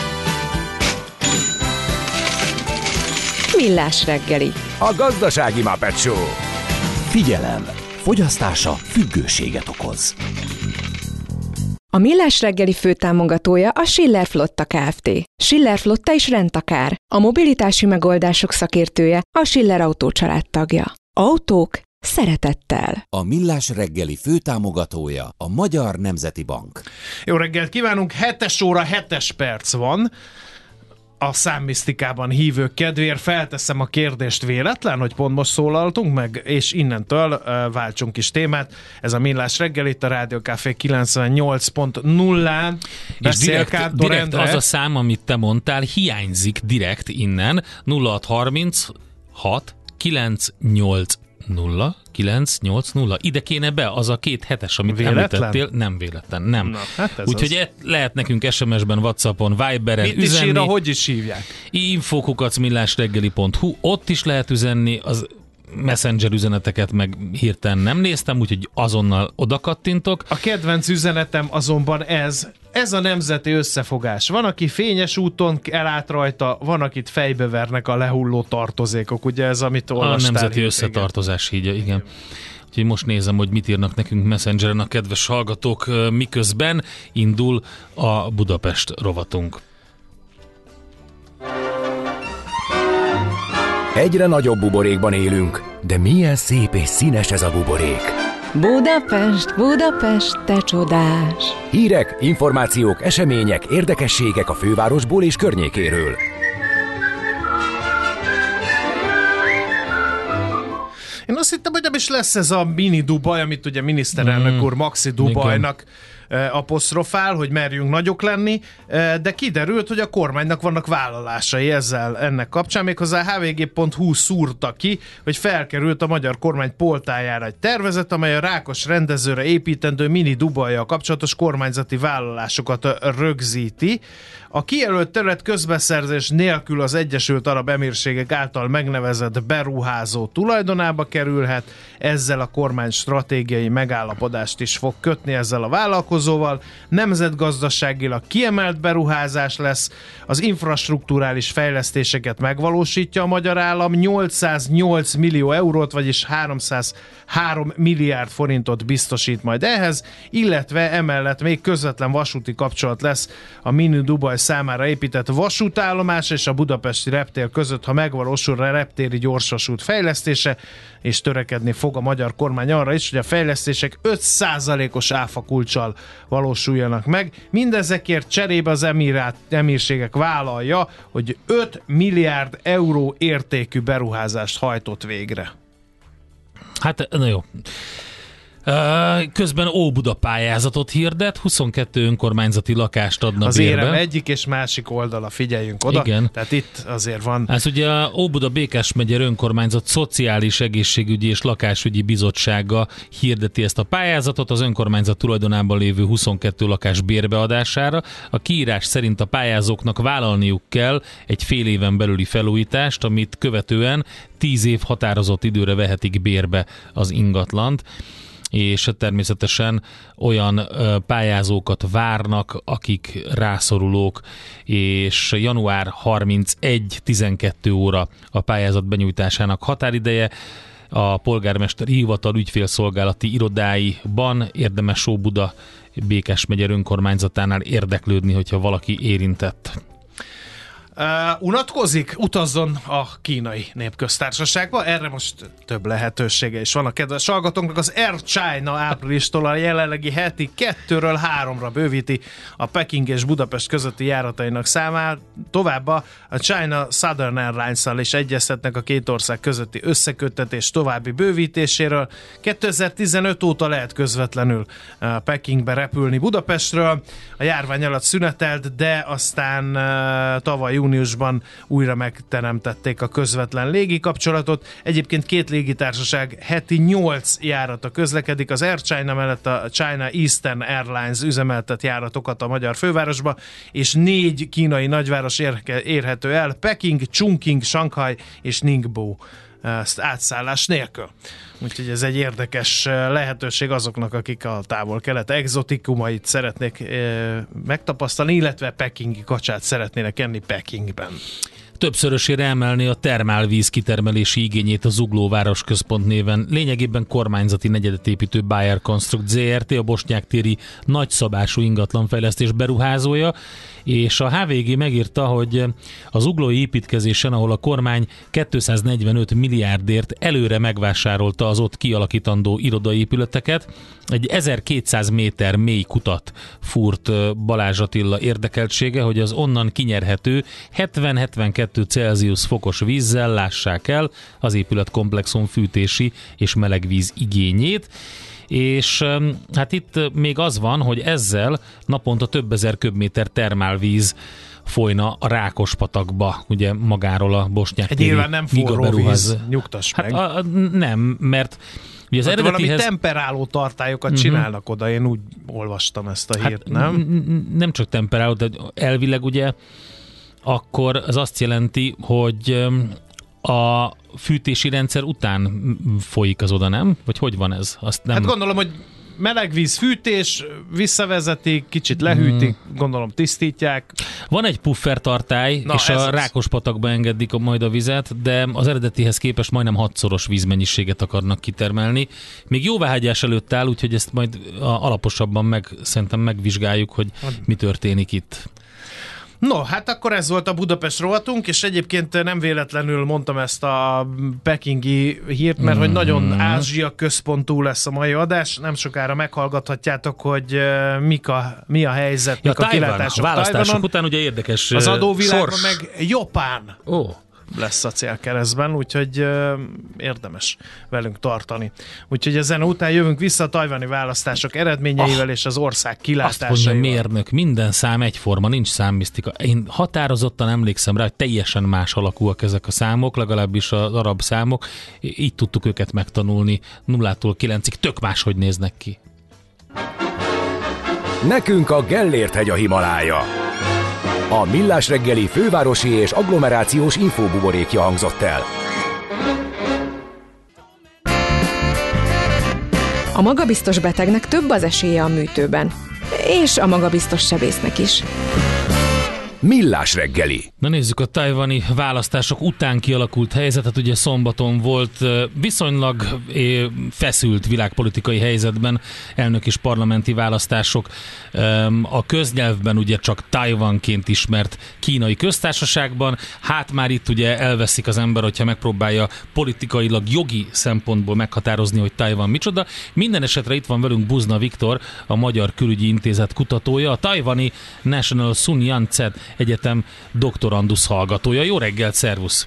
Millás reggeli. A gazdasági Muppet Show. Figyelem! Fogyasztása függőséget okoz. A Millás reggeli főtámogatója a Schiller Flotta Kft. Schiller Flotta és Rendtakár. A mobilitási megoldások szakértője, a Schiller Autó családtagja. Autók szeretettel. A Millás reggeli főtámogatója a Magyar Nemzeti Bank. Jó reggelt kívánunk, hetes óra, hetes perc van. A számmisztikában hívők kedvéért felteszem a kérdést, véletlen, hogy pont most szólaltunk meg, és innentől uh, váltsunk is témát. Ez a Millás reggel itt a Rádió Café kilencvennyolc pont nullán. És direkt, Kádor direkt Endre. az a szám, amit te mondtál, hiányzik direkt innen. nulla hat harminc hat kilenc nyolc nulla kilenc nyolc nulla. Ide kéne be az a két hetes, amit véletlen? említettél. Nem véletlen, nem. Na, hát úgyhogy e- lehet nekünk es em es-ben, WhatsAppon, Viberen mit üzenni. Mit is ír, hogy is hívják? info kukac millásreggeli pont hu, ott is lehet üzenni, az Messenger üzeneteket meg hirtelen nem néztem, úgyhogy azonnal oda kattintok. A kedvenc üzenetem azonban ez, ez a nemzeti összefogás. Van, aki fényes úton elállt rajta, van, akit fejbevernek a lehulló tartozékok, ugye ez, amit olvastál. A nemzeti hír, összetartozás hígya, igen. igen. Úgyhogy most nézem, hogy mit írnak nekünk Messengeren a kedves hallgatók, miközben indul a Budapest rovatunk. Egyre nagyobb buborékban élünk, de milyen szép és színes ez a buborék. Budapest, Budapest, te csodás! Hírek, információk, események, érdekességek a fővárosból és környékéről. Én azt hittem, hogy nem is lesz ez a mini Dubaj, amit ugye miniszterelnök úr Maxi Dubajnak apostrofál, hogy merjünk nagyok lenni, de kiderült, hogy a kormánynak vannak vállalásai ezzel ennek kapcsán, méghozzá a há vé gé pont hú szúrta ki, hogy felkerült a magyar kormány poltájára egy tervezet, amely a Rákos rendezőre építendő mini Dubajjal kapcsolatos kormányzati vállalásokat rögzíti. A kijelölt terület közbeszerzés nélkül az Egyesült Arab Emírségek által megnevezett beruházó tulajdonába kerülhet, ezzel a kormány stratégiai megállapodást is fog kötni ezzel a vállalkozóval. Nemzetgazdaságilag kiemelt beruházás lesz, az infrastrukturális fejlesztéseket megvalósítja a magyar állam, nyolcszáznyolc millió eurót, vagyis háromszázhárom milliárd forintot biztosít majd ehhez, illetve emellett még közvetlen vasúti kapcsolat lesz a mini Dubaj számára épített vasútállomás és a budapesti reptér között, ha megvalósul a reptéri gyorsvasút fejlesztése, és törekedni fog a magyar kormány arra is, hogy a fejlesztések öt százalékos áfakulccsal valósuljanak meg. Mindezekért cserébe az emirát, emírségek vállalja, hogy öt milliárd euró értékű beruházást hajtott végre. Hát, na jó. Közben Óbuda pályázatot hirdet, huszonkettő önkormányzati lakást adna az bérbe. Az érem egyik és másik oldala, figyeljünk oda. Igen. Tehát itt azért van. Ez ugye a Óbuda Békás megye önkormányzat Szociális Egészségügyi és Lakásügyi Bizottsága hirdeti ezt a pályázatot az önkormányzat tulajdonában lévő huszonkettő lakás bérbeadására. A kiírás szerint a pályázóknak vállalniuk kell egy fél éven belüli felújítást, amit követően tíz év határozott időre vehetik bérbe az ingatlant, és természetesen olyan pályázókat várnak, akik rászorulók, és január harmincegyedike tizenkettő óra a pályázat benyújtásának határideje. A polgármesteri hivatal ügyfélszolgálati irodáiban érdemes Óbuda Békás megye önkormányzatánál érdeklődni, hogyha valaki érintett. Uh, unatkozik? Utazzon a Kínai Népköztársaságba. Erre most több lehetősége is van a kedves hallgatónknak. Az Air China áprilistól a jelenlegi heti kettőről háromra bővíti a Peking és Budapest közötti járatainak számát. Továbbá a China Southern Airlines-szal is egyeztetnek a két ország közötti összeköttetés további bővítéséről. kétezer-tizenöt óta lehet közvetlenül Pekingbe repülni Budapestről. A járvány alatt szünetelt, de aztán uh, tavaly júniusban újra megteremtették a közvetlen légikapcsolatot. Egyébként két légitársaság heti nyolc járata közlekedik. Az Air China mellett a China Eastern Airlines üzemeltet járatokat a magyar fővárosba, és négy kínai nagyváros érke, érhető el: Peking, Chongqing, Shanghai és Ningbo átszállás nélkül. Úgyhogy ez egy érdekes lehetőség azoknak, akik a távol-kelet egzotikumait szeretnék e, megtapasztalni, illetve pekingi kacsát szeretnének enni Pekingben. Többszörösére emelni a termálvíz kitermelési igényét a Zugló Városközpont néven. Lényegében kormányzati negyedet építő Bayer Construct zé er té, a Bosnyák-téri nagyszabású ingatlanfejlesztés beruházója, és a há vé gé megírta, hogy az zuglói építkezésen, ahol a kormány kétszáznegyvenöt milliárdért előre megvásárolta az ott kialakítandó irodaépületeket, egy ezerkétszáz méter mély kutat fúrt Balázs Attila érdekeltsége, hogy az onnan kinyerhető hetven-hetvenkettő Celsius fokos vízzel lássák el az épületkomplexum fűtési és melegvíz igényét, és hát itt még az van, hogy ezzel naponta több ezer köbméter termálvíz folyna a Rákospatakba, ugye magáról a bosnyák-téri nyilván nem forró víz, nyugtass meg. Hát a, nem, mert ugye az hát eredetihez... valami temperáló tartályokat uh-huh. csinálnak oda, én úgy olvastam ezt a hírt, hát nem? N- nem csak temperáló, de elvileg ugye akkor az azt jelenti, hogy a fűtési rendszer után folyik az oda, nem? Vagy hogy van ez? Azt nem... Hát gondolom, hogy melegvíz fűtés, visszavezetik, kicsit lehűtik, hmm. gondolom tisztítják. Van egy puffertartály, Na, és a Rákospatakba engedik majd a vizet, de az eredetihez képest majdnem hatszoros vízmennyiséget akarnak kitermelni. Még jóváhagyás előtt áll, úgyhogy ezt majd alaposabban meg, szerintem megvizsgáljuk, hogy mi történik itt. No, hát akkor ez volt a Budapest rovatunk, és egyébként nem véletlenül mondtam ezt a pekingi hírt, mert mm. hogy nagyon Ázsia központú lesz a mai adás. Nem sokára meghallgathatjátok, hogy mik a, mi a helyzet, ja, mik a Tajvan, kilátások a választások Tajvanon. Után ugye érdekes az adóvilágban sors. meg Japán oh. lesz a célkeresztben, úgyhogy uh, érdemes velünk tartani. Úgyhogy ezen után jövünk vissza a tajvani választások eredményeivel ah, és az ország kilátásaival. Azt mondja, mérnök, minden szám egyforma, nincs számmisztika. Én határozottan emlékszem rá, hogy teljesen más alakúak ezek a számok, legalábbis az arab számok. Így tudtuk őket megtanulni nullától kilencig, tök máshogy néznek ki. Nekünk a Gellért-hegy a Himalája. A Millás reggeli fővárosi és agglomerációs infóbuborékja hangzott el. A magabiztos betegnek több az esélye a műtőben. És a magabiztos sebésznek is. Millás reggeli. Na nézzük a tajvani választások után kialakult helyzetet. Ugye szombaton volt viszonylag feszült világpolitikai helyzetben elnök és parlamenti választások. A köznyelvben ugye csak Tajvanként ismert kínai köztársaságban. Hát már itt ugye elveszik az ember, hogyha megpróbálja politikailag, jogi szempontból meghatározni, hogy Tajvan micsoda. Minden esetre itt van velünk Buzna Viktor, a Magyar Külügyi Intézet kutatója, a tajvani National Sun Yat-sen Egyetem doktorandusz hallgatója. Jó reggelt, szervusz!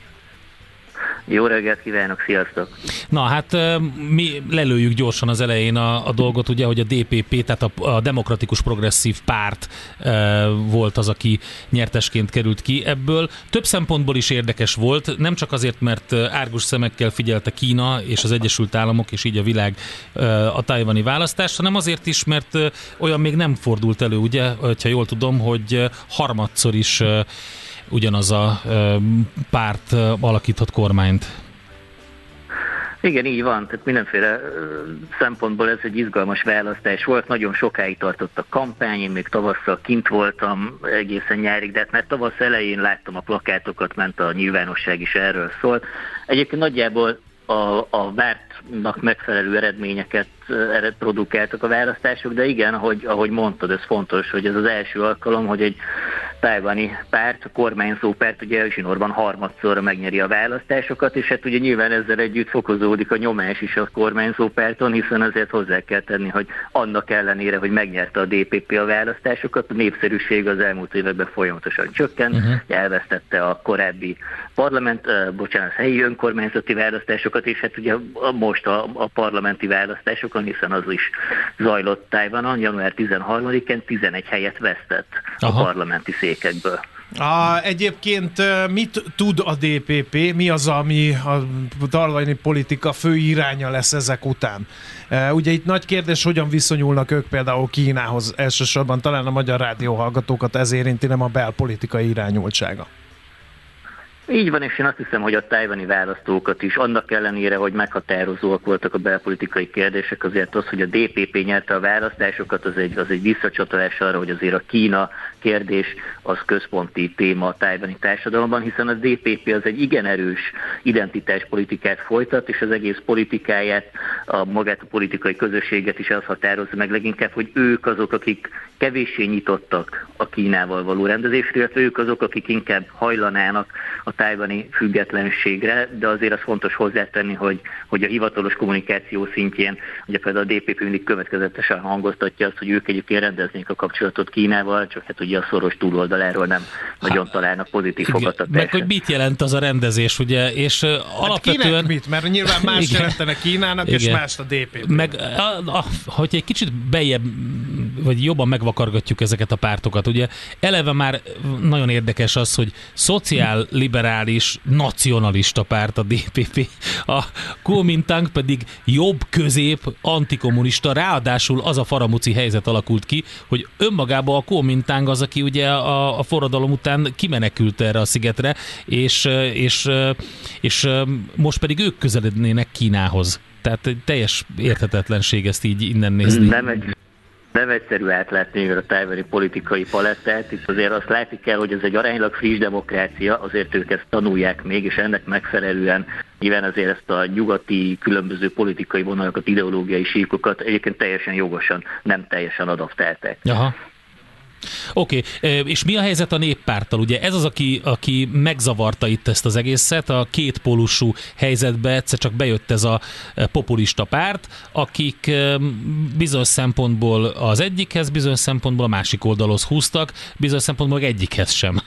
Jó reggelt kívánok, sziasztok! Na hát mi lelőjük gyorsan az elején a, a dolgot, ugye, hogy a dé pé pé, tehát a, a Demokratikus Progresszív Párt e, volt az, aki nyertesként került ki ebből. Több szempontból is érdekes volt, nem csak azért, mert árgus szemekkel figyelte Kína és az Egyesült Államok és így a világ e, a tajvani választást, hanem azért is, mert e, olyan még nem fordult elő, ugye, ha jól tudom, hogy harmadszor is e, ugyanaz a párt alakíthat kormányt. Igen, így van. Tehát mindenféle szempontból ez egy izgalmas választás volt. Nagyon sokáig tartott a kampány, én még tavasszal kint voltam egészen nyárig, de hát már tavasz elején láttam a plakátokat, ment a nyilvánosság is erről szól. Egyébként nagyjából a, a vártnak megfelelő eredményeket ered produkáltak a választások, de igen, ahogy, ahogy mondtad, ez fontos, hogy ez az első alkalom, hogy egy tajvani párt, a kormányzó párt, ugye Elsinorban harmadszorra megnyeri a választásokat, és hát ugye nyilván ezzel együtt fokozódik a nyomás is a kormányzó párton, hiszen azért hozzá kell tenni, hogy annak ellenére, hogy megnyerte a dé pé pé a választásokat, a népszerűség az elmúlt években folyamatosan csökkent, uh-huh. elvesztette a korábbi parlament, uh, bocsánat, helyi önkormányzati választásokat, és hát ugye most a, a parlamenti választásokon, hiszen az is zajlott Tajvanon, január tizenharmadikán tizenegy helyet vesztett Aha. a parlamenti székekből. A, egyébként mit tud a dé pé pé? Mi az, ami a tajvani politika fő iránya lesz ezek után? Ugye itt nagy kérdés, hogyan viszonyulnak ők például Kínához, elsősorban talán a magyar rádióhallgatókat ez érinti, nem a belpolitikai irányultsága. Így van, és én azt hiszem, hogy a tajvani választókat is, annak ellenére, hogy meghatározóak voltak a belpolitikai kérdések, azért az, hogy a dé pé pé nyerte a választásokat, az egy, az egy visszacsatolás arra, hogy azért a Kína kérdés az központi téma a tajvani társadalomban, hiszen a dé pé pé az egy igen erős identitáspolitikát folytat, és az egész politikáját, a magát a politikai közösséget is az határozza meg leginkább, hogy ők azok, akik kevéssé nyitottak a Kínával való rendezésre, illetve ők azok, akik inkább hajlanának a tajvani függetlenségre, de azért az fontos hozzátenni, hogy, hogy a hivatalos kommunikáció szintjén, ugye például a dé pé pé mindig következetesen hangoztatja azt, hogy ők egyébként rendeznék a kapcsolatot Kínával, csak hát ugye hogy a szoros túloldaláról nem ha, nagyon találnak pozitív fogadást. Meg hogy mit jelent az a rendezés, ugye, és uh, hát alapvetően... Kinek mit? Mert nyilván más jelentene Kínának, igen. és más a dé pé pé. Meg, a, a, hogy egy kicsit bejebb, vagy jobban megvakargatjuk ezeket a pártokat, ugye eleve már nagyon érdekes az, hogy szociál-liberális, nacionalista párt a dé pé pé, a Kuomintang pedig jobb-közép antikommunista, ráadásul az a faramuci helyzet alakult ki, hogy önmagában a Kuomintang az, aki ugye a, a forradalom után kimenekült erre a szigetre, és, és, és most pedig ők közelednének Kínához. Tehát teljes érthetetlenség ezt így innen nézni. Nem egy Nem egyszerű átlátni a tájvani politikai palettát. Itt azért azt látni kell, hogy ez egy aránylag friss demokrácia, azért ők ezt tanulják még, és ennek megfelelően nyilván azért ezt a nyugati különböző politikai vonalakat, ideológiai síkokat egyébként teljesen jogosan, nem teljesen adaptálták. Aha. Oké, okay. És mi a helyzet a Néppárttal? Ugye ez az, aki, aki megzavarta itt ezt az egészet, a kétpólusú helyzetbe egyszer csak bejött ez a populista párt, akik bizonyos szempontból az egyikhez, bizonyos szempontból a másik oldalhoz húztak, bizonyos szempontból egyikhez sem.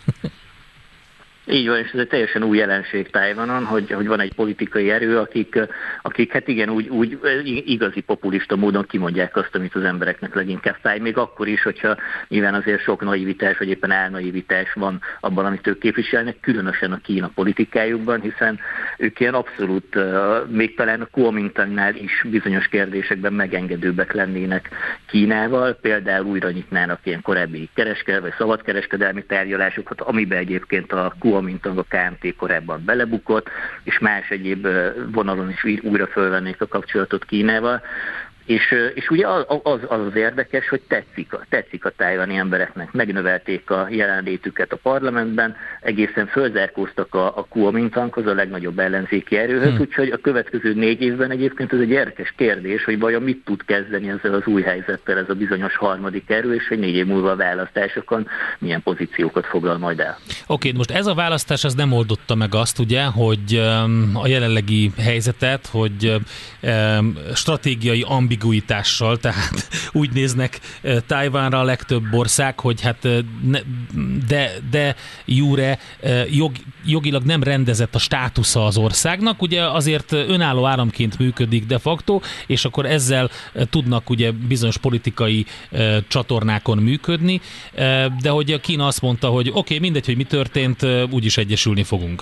Így van, és ez egy teljesen új jelenség Tajvanon, hogy, hogy van egy politikai erő, akik, akik hát igen, úgy, úgy igazi populista módon kimondják azt, amit az embereknek leginkább fáj, még akkor is, hogyha nyilván azért sok naivitás, vagy éppen álnaivitás van abban, amit ők képviselnek, különösen a Kína politikájukban, hiszen ők ilyen abszolút, még talán a Kuomintangnál is bizonyos kérdésekben megengedőbbek lennének Kínával, például újra nyitnának ilyen korábbi kereskedelmi vagy szabadkereskedelmi tárgyalásokat, amiben egyébként a Kuomintang a ká em té korábban belebukott, és más egyéb vonalon is újra fölvennék a kapcsolatot Kínával. És, és ugye az, az az érdekes, hogy tetszik a, tetszik a tájvani embereknek. Megnövelték a jelenlétüket a parlamentben, egészen fölzárkóztak a, a Kuomintanghoz, a legnagyobb ellenzéki erőhöz, hmm. úgyhogy a következő négy évben egyébként ez egy érdekes kérdés, hogy vajon mit tud kezdeni ezzel az új helyzettel ez a bizonyos harmadik erő, és hogy négy év múlva a választásokon milyen pozíciókat foglal majd el. Oké, okay, most ez a választás az nem oldotta meg azt, ugye, hogy um, a jelenlegi helyzetet, hogy um, stratégiai ambíciók ambiguitással, tehát úgy néznek Tajvanra a legtöbb ország, hogy hát de, de jure jog, jogilag nem rendezett a státusza az országnak, ugye azért önálló államként működik de facto, és akkor ezzel tudnak ugye bizonyos politikai csatornákon működni, de hogy Kína azt mondta, hogy oké, okay, mindegy, hogy mi történt, úgyis egyesülni fogunk.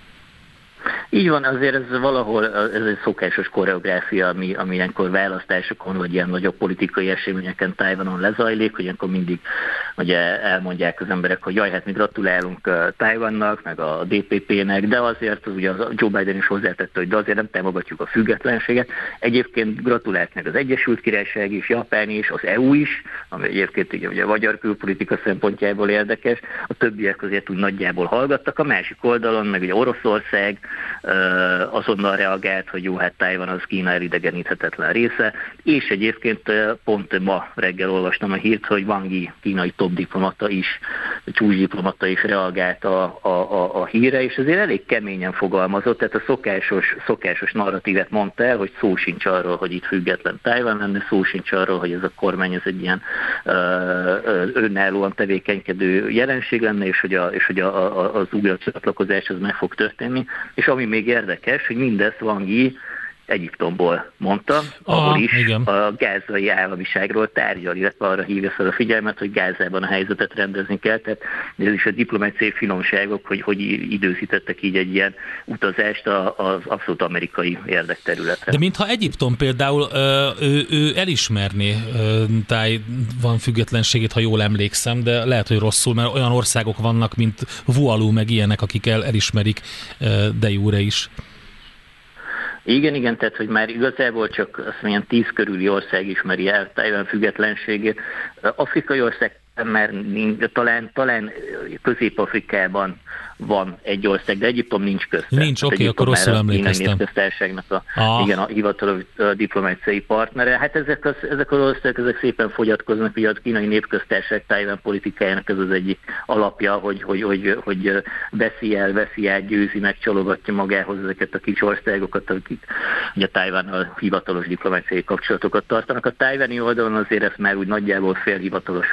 Így van, azért ez valahol ez egy szokásos koreográfia, ami, ami ilyenkor választásokon, vagy ilyen nagyobb politikai eseményeken Tajvanon lezajlik, hogy ilyenkor mindig ugye elmondják az emberek, hogy jaj, hát mi gratulálunk Tajvannak, meg a dé pé pének, de azért ugye az Joe Biden is hozzátette, hogy de azért nem támogatjuk a függetlenséget. Egyébként gratulált meg az Egyesült Királyság is, Japán is, az é u is, ami egyébként ugye, ugye a magyar külpolitika szempontjából érdekes, a többiek azért úgy nagyjából hallgattak, a másik oldalon, meg ugye Oroszország azonnal reagált, hogy jó, hát Tajvan az Kína elidegeníthetetlen része, és egyébként pont ma reggel olvastam a hírt, hogy Wang Yi, kínai top diplomata is, csúcsdiplomata is reagált a, a, a, a hírre, és azért elég keményen fogalmazott, tehát a szokásos, szokásos narratívet mondta el, hogy szó sincs arról, hogy itt független Tajvan lenne, szó sincs arról, hogy ez a kormány ez egy ilyen ö, önállóan tevékenykedő jelenség lenne, és hogy, a, és hogy a, a, az újra csatlakozás az meg fog történni, és ami még érdekes, hogy mindezt Wang Yi Egyiptomból mondta, ahol Aha, is igen. a gázai államiságról tárgyal, illetve arra hívja fel a figyelmet, hogy Gázában a helyzetet rendezni kell, tehát ez is a diplomáciai finomságok, hogy, hogy időzítettek így egy ilyen utazást az abszolút amerikai érdekterületre. De mintha Egyiptom például ő, ő elismerné Tajvan függetlenségét, ha jól emlékszem, de lehet, hogy rosszul, mert olyan országok vannak, mint Tuvalu, meg ilyenek, akik el, elismerik de jure is. Igen, igen, tehát, hogy már igazából csak azt mondjam, tíz körüli ország ismeri el Tajvan függetlenségét. Afrikai ország már talán, talán Közép-Afrikában van egy ország, de Egyiptom nincs közte. Nincs, oké, okay, akkor rosszul emlékeztem. A népköztársaságnak a, ah. igen, a hivatalos diplomáciai partnere. Hát ezek az, ezek az országok ezek szépen fogyatkoznak, ugye a kínai népköztársaság Tajvan politikájának ez az egyik alapja, hogy, hogy, hogy, hogy veszi el, veszi át, győzi, megcsalogatja magához ezeket a kis országokat, akik ugye Tajvannal hivatalos diplomáciai kapcsolatokat tartanak. A tajvani oldalon azért ezt már úgy nagyjából félhivatalosan ezt, ezt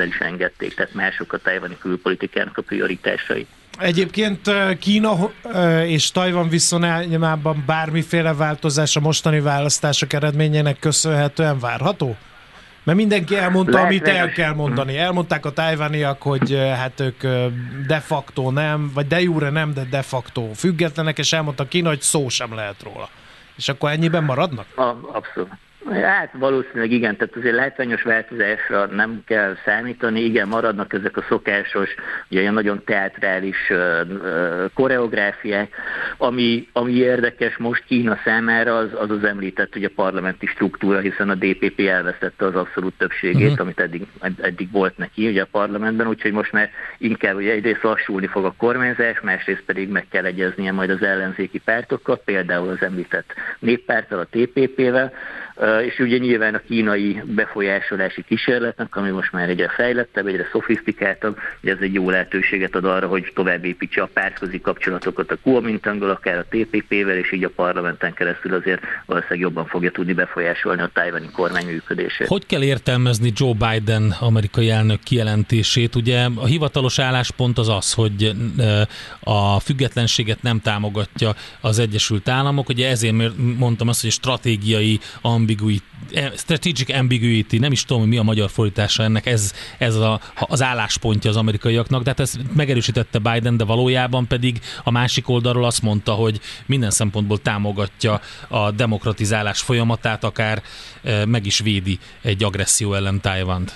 el is engedték, tehát mások a tajvani külpolitikának a prioritásai. Egyébként Kína és Tajvan viszonyában bármiféle változás a mostani választások eredményének köszönhetően várható? Mert mindenki elmondta, lehet, amit el kell mondani. Elmondták a tajvaniak, hogy hát ők de facto nem, vagy de jure nem, de de facto függetlenek, és elmondta Kína, hogy szó sem lehet róla. És akkor ennyiben maradnak? A, abszolút. Hát valószínűleg igen, tehát azért látványos változásra nem kell számítani, igen, maradnak ezek a szokásos, ugye ilyen nagyon teátrális uh, uh, koreográfiák, ami, ami érdekes most Kína számára, az az, az említett ugye a parlamenti struktúra, hiszen a dé pé pé elvesztette az abszolút többségét, uh-huh. amit eddig, eddig volt neki ugye a parlamentben, úgyhogy most már inkább ugye egyrészt lassulni fog a kormányzás, másrészt pedig meg kell egyeznie majd az ellenzéki pártokkal, például az említett néppárttal, a té pé pével, és ugye nyilván a kínai befolyásolási kísérletnek, ami most már egyre fejlettebb, egyre szofisztikáltabb, ugye ez egy jó lehetőséget ad arra, hogy tovább építse a pártközi kapcsolatokat a Kuomintanggal, akár a té pé pével, és így a parlamenten keresztül azért valószínűleg jobban fogja tudni befolyásolni a tajvani kormány működését. Hogy kell értelmezni Joe Biden amerikai elnök kijelentését? Ugye a hivatalos álláspont az az, hogy a függetlenséget nem támogatja az Egyesült Államok, ugye ezért mondtam azt, hogy stratégiai ambiguity, strategic ambiguity, nem is tudom, mi a magyar fordítása ennek, ez, ez a, az álláspontja az amerikaiaknak, de hát ezt megerősítette Biden, de valójában pedig a másik oldalról azt mondta, hogy minden szempontból támogatja a demokratizálás folyamatát, akár meg is védi egy agresszió ellen Tajvant.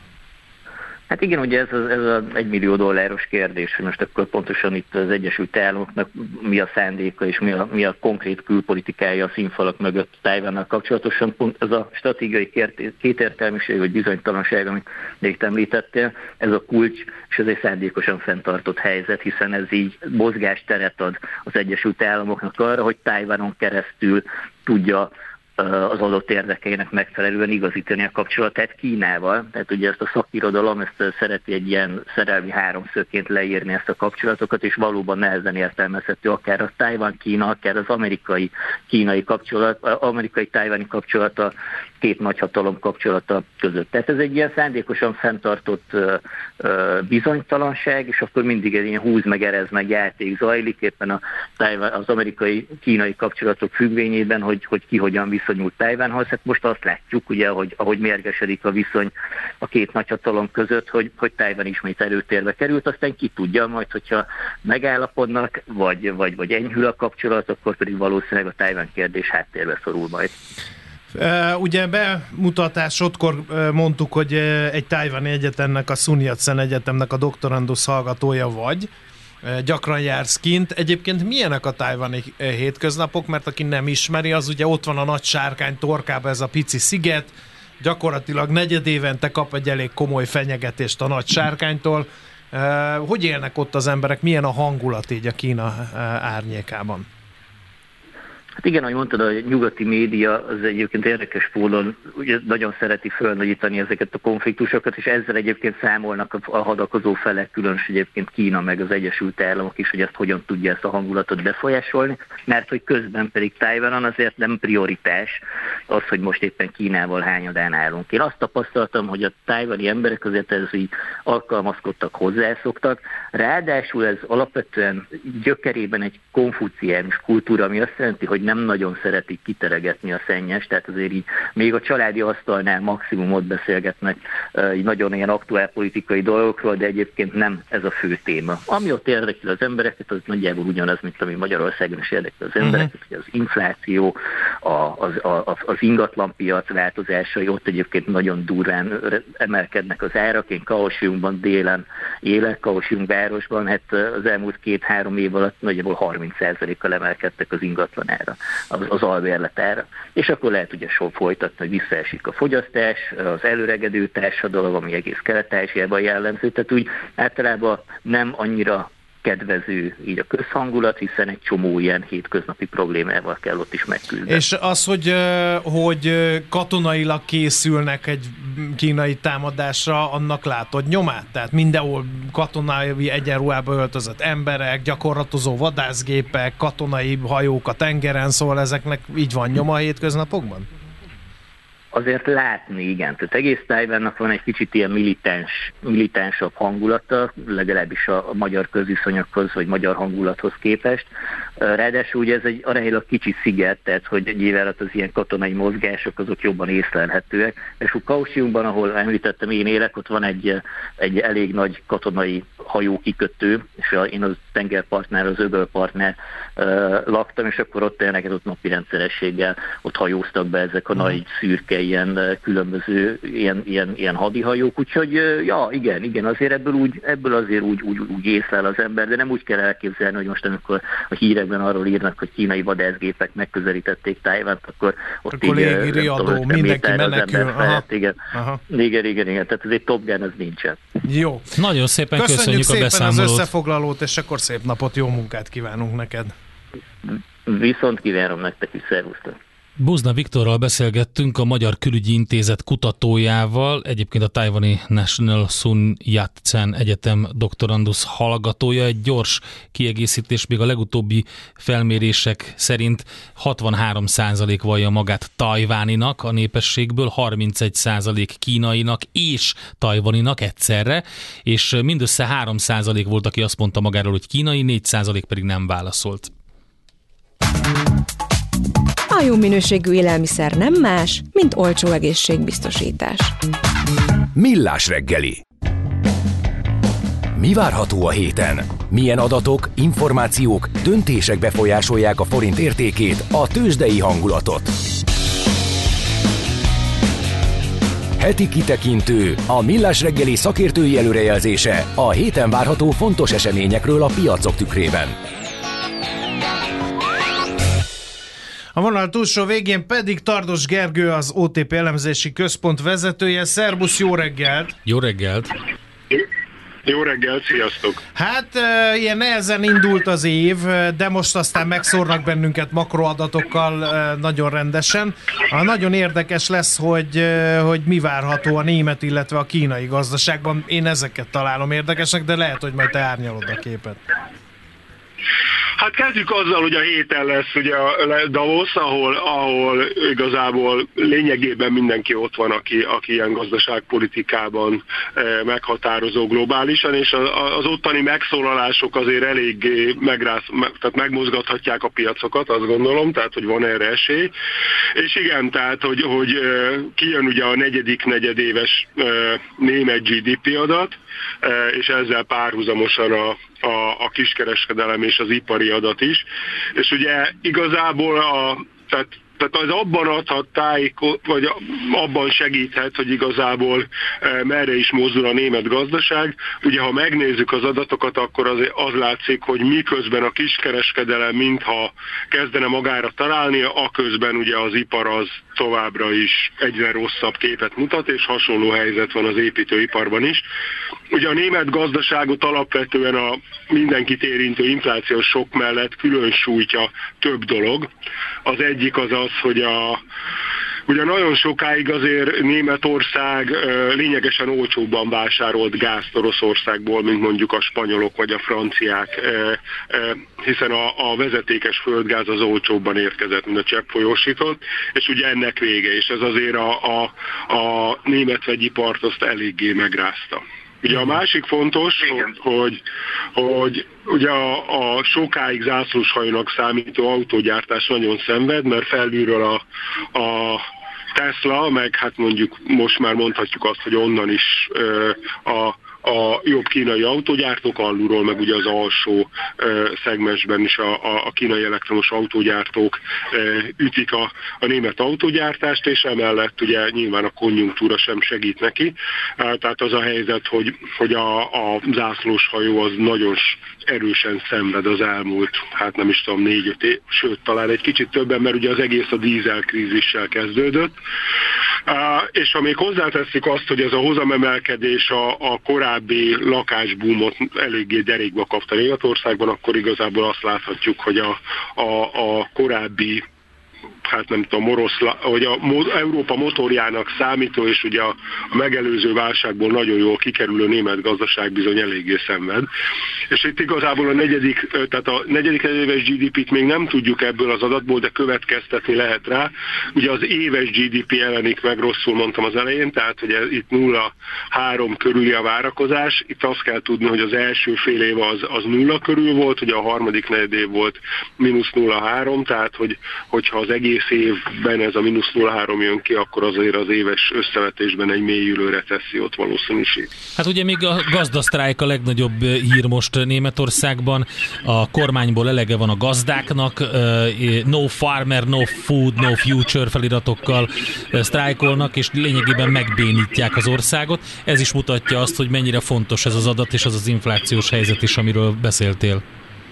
Hát igen, ugye ez az, ez az egymillió dolláros kérdés, hogy most akkor pontosan itt az Egyesült Államoknak mi a szándéka és mi a, mi a konkrét külpolitikája a színfalak mögött Tajvannal kapcsolatosan. Pont ez a stratégiai kétértelműség vagy bizonytalanság, amit még említettél, ez a kulcs, és ez egy szándékosan fenntartott helyzet, hiszen ez így mozgásteret ad az Egyesült Államoknak arra, hogy Tajvanon keresztül tudja az adott érdekeinek megfelelően igazítani a kapcsolatát Kínával. Tehát ugye ezt a szakirodalom, ezt szereti egy ilyen szerelmi háromszögként leírni ezt a kapcsolatokat, és valóban nehezen értelmezhető akár a Tajvan-Kína, akár az amerikai-kínai kapcsolat, amerikai-tajvani kapcsolata, két nagyhatalom kapcsolata között. Tehát ez egy ilyen szándékosan fenntartott bizonytalanság, és akkor mindig egy ilyen húz meg, erez meg játék zajlik éppen a Tajvan, az amerikai-kínai kapcsolatok függvényében, hogy, hogy ki hogyan viszonyult Tajvanhoz. Hát most azt látjuk, ugye, hogy, ahogy mérgesedik a viszony a két nagyhatalom között, hogy, hogy Tajvan ismét előtérbe került, aztán ki tudja majd, hogyha megállapodnak, vagy, vagy, vagy enyhül a kapcsolat, akkor pedig valószínűleg a Tajvan kérdés háttérbe szorul majd. Uh, ugye bemutatásodkor uh, mondtuk, hogy uh, egy tajvani egyetemnek, a Sun Yat-sen Egyetemnek a doktorandusz hallgatója vagy, uh, gyakran jársz kint. Egyébként milyenek a tajvani uh, hétköznapok, mert aki nem ismeri, az ugye ott van a nagy sárkány torkába ez a pici sziget, gyakorlatilag negyed évente kap egy elég komoly fenyegetést a nagy sárkánytól. Uh, hogy élnek ott az emberek, milyen a hangulat így a Kína uh, árnyékában? Hát igen, ahogy mondtad, a nyugati média az egyébként érdekes módon ugye nagyon szereti fölnagyítani ezeket a konfliktusokat, és ezzel egyébként számolnak a hadakozó felek, különös egyébként Kína meg az Egyesült Államok is, hogy ezt hogyan tudja ezt a hangulatot befolyásolni, mert hogy közben pedig Tajvanon azért nem prioritás az, hogy most éppen Kínával hányadán állunk. Én azt tapasztaltam, hogy a tajvani emberek azért ez így alkalmazkodtak, hozzászoktak, ráadásul ez alapvetően gyökerében egy konfuciánus kultúra, ami azt jelenti, hogy nem nagyon szeretik kiteregetni a szennyest, tehát azért így még a családi asztalnál maximum ott beszélgetnek így nagyon ilyen aktuál politikai dolgokról, de egyébként nem ez a fő téma. Ami ott érdekli az embereket, az nagyjából ugyanaz, mint ami Magyarországon is érdekli az embereket, uh-huh. hogy az infláció, a, az, a, az ingatlanpiac változásai, ott egyébként nagyon durván emelkednek az árak. Én Kaohsiungban délen élek, Kaohsiung városban, hát az elmúlt két-három év alatt nagyjából harminc százalékkal emelkedtek az ingatlan ára, az, az albérlet ára. És akkor lehet ugye so folytatni, hogy visszaesik a fogyasztás, az előregedő társadalom, ami egész Kelet-Ázsiában jellemző, tehát úgy általában nem annyira kedvező így a közhangulat, hiszen egy csomó ilyen hétköznapi problémával kell ott is megküzdeni. És az, hogy, hogy katonailag készülnek egy kínai támadásra, annak látod nyomát? Tehát mindenhol katonai egyenruhába öltözött emberek, gyakorlatozó vadászgépek, katonai hajók a tengeren, szóval ezeknek így van nyoma a hétköznapokban? azért látni, igen. Tehát egész Tajvannak van egy kicsit ilyen militáns, militánsabb hangulata, legalábbis a, a magyar közviszonyokhoz, vagy magyar hangulathoz képest. Ráadásul ugye ez egy aránylag kicsi sziget, tehát hogy egy év alatt az ilyen katonai mozgások azok jobban észlelhetőek. És a Kaohsiungban, ahol említettem, én élek, ott van egy, egy elég nagy katonai hajókikötő, és a, én az tengerpartnál, az öbölpartnál uh, laktam, és akkor ott ilyeneket ott napi rendszerességgel ott hajóztak be ezek a nagy szürke ilyen különböző ilyen, ilyen, ilyen hadihajók, úgyhogy ja, igen, igen, azért ebből, úgy, ebből azért úgy, úgy, úgy észlel az ember, de nem úgy kell elképzelni, hogy most amikor a hírekben arról írnak, hogy kínai vadászgépek megközelítették Tajvant, akkor ott akkor így riadó, mindenki menekül. Aha. Igen. Aha. igen, igen, igen, tehát azért Top Gun az nincsen. Jó. Nagyon szépen köszönjük, köszönjük a beszámolót. szépen az összefoglalót, és akkor szép napot, jó munkát kívánunk neked. Viszont kívánom nektek is, szervusztok. Buzna Viktorral beszélgettünk, a Magyar Külügyi Intézet kutatójával, egyébként a tajvani National Sun Yat-sen Egyetem doktorandusz hallgatója. Egy gyors kiegészítés, még a legutóbbi felmérések szerint hatvanhárom százalék vallja magát tajváninak a népességből, harmincegy százalék kínainak és tajvaninak egyszerre, és mindössze három százalék volt, aki azt mondta magáról, hogy kínai, négy százalék pedig nem válaszolt. A jó minőségű élelmiszer nem más, mint olcsó egészségbiztosítás. Millás reggeli. Mi várható a héten? Milyen adatok, információk, döntések befolyásolják a forint értékét, a tőzsdei hangulatot? Heti kitekintő, a Millás reggeli szakértői előrejelzése a héten várható fontos eseményekről a piacok tükrében. A vonal túlsó végén pedig Tardos Gergő, az o té pé elemzési központ vezetője. Szerbusz, jó reggelt! Jó reggelt! Jó reggelt, sziasztok! Hát ilyen nehezen indult az év, de most aztán megszórnak bennünket makroadatokkal nagyon rendesen. Nagyon érdekes lesz, hogy, hogy mi várható a német, illetve a kínai gazdaságban. Én ezeket találom érdekesnek, de lehet, hogy majd te árnyalod a képet. Hát kezdjük azzal, hogy a héten lesz ugye a Davos, ahol, ahol igazából lényegében mindenki ott van, aki, aki ilyen gazdaságpolitikában eh, meghatározó globálisan, és az ottani megszólalások azért elég megrász, tehát megmozgathatják a piacokat, azt gondolom, tehát hogy van erre esély. És igen, tehát hogy, hogy eh, kijön ugye a negyedik negyedéves eh, német gé dé pé adat, eh, és ezzel párhuzamosan a A, a kiskereskedelem és az ipari adat is, és ugye igazából a, tehát, tehát az abban adhat tájékot, vagy abban segíthet, hogy igazából e, merre is mozdul a német gazdaság. Ugye ha megnézzük az adatokat, akkor az, az látszik, hogy miközben a kiskereskedelem mintha kezdene magára találni, aközben ugye az ipar az továbbra is egyre rosszabb képet mutat, és hasonló helyzet van az építőiparban is. Ugye a német gazdaságot alapvetően a mindenkit érintő inflációs sok mellett külön sújtja több dolog. Az egyik az az, hogy a Ugye nagyon sokáig azért Németország lényegesen olcsóbban vásárolt gázt Oroszországból, mint mondjuk a spanyolok vagy a franciák, hiszen a, a vezetékes földgáz az olcsóbban érkezett, mint a cseppfolyósított, és ugye ennek vége, és ez azért a, a, a német vegyipart azt eléggé megrázta. Ugye a másik fontos, hogy, hogy, hogy ugye a, a sokáig zászlóshajónak számító autógyártás nagyon szenved, mert felülről a, a Tesla, meg hát mondjuk most már mondhatjuk azt, hogy onnan is a a jobb kínai autógyártók, alulról meg ugye az alsó uh, szegmensben is a, a, a kínai elektromos autógyártók uh, ütik a, a német autógyártást, és emellett ugye nyilván a konjunktúra sem segít neki. Uh, tehát az a helyzet, hogy, hogy a, a zászlóshajó az nagyon erősen szenved az elmúlt, hát nem is tudom, négy-öt év, sőt talán egy kicsit többen, mert ugye az egész a dízelkrízissel kezdődött. Uh, és ha még hozzáteszik azt, hogy ez a hozamemelkedés a, a korábbi lakásboomot eléggé derékba kapta Németországban, akkor igazából azt láthatjuk, hogy a, a, a korábbi hát nem tudom, oroszla, hogy a Európa motorjának számító, és ugye a, a megelőző válságból nagyon jól kikerülő német gazdaság bizony eléggé szenved. És itt igazából a negyedik, tehát a negyedik éves gé dé pét még nem tudjuk ebből az adatból, de következtetni lehet rá. Ugye az éves gé dé pé jelenik meg, rosszul mondtam az elején, tehát hogy itt nulla egész három körüli a várakozás. Itt azt kell tudni, hogy az első fél év az, az nulla körül volt, ugye a harmadik negyed év volt mínusz nulla egész három, tehát hogy, hogyha az egész évben ez a mínusz nulla egész három jön ki, akkor azért az éves összevetésben egy mélyülő recessziót valószínűség. Hát ugye még a gazdasztrájk a legnagyobb hír most Németországban. A kormányból elege van a gazdáknak, no farmer, no food, no future feliratokkal sztrájkolnak, és lényegében megbénítják az országot. Ez is mutatja azt, hogy mennyire fontos ez az adat, és az az inflációs helyzet is, amiről beszéltél.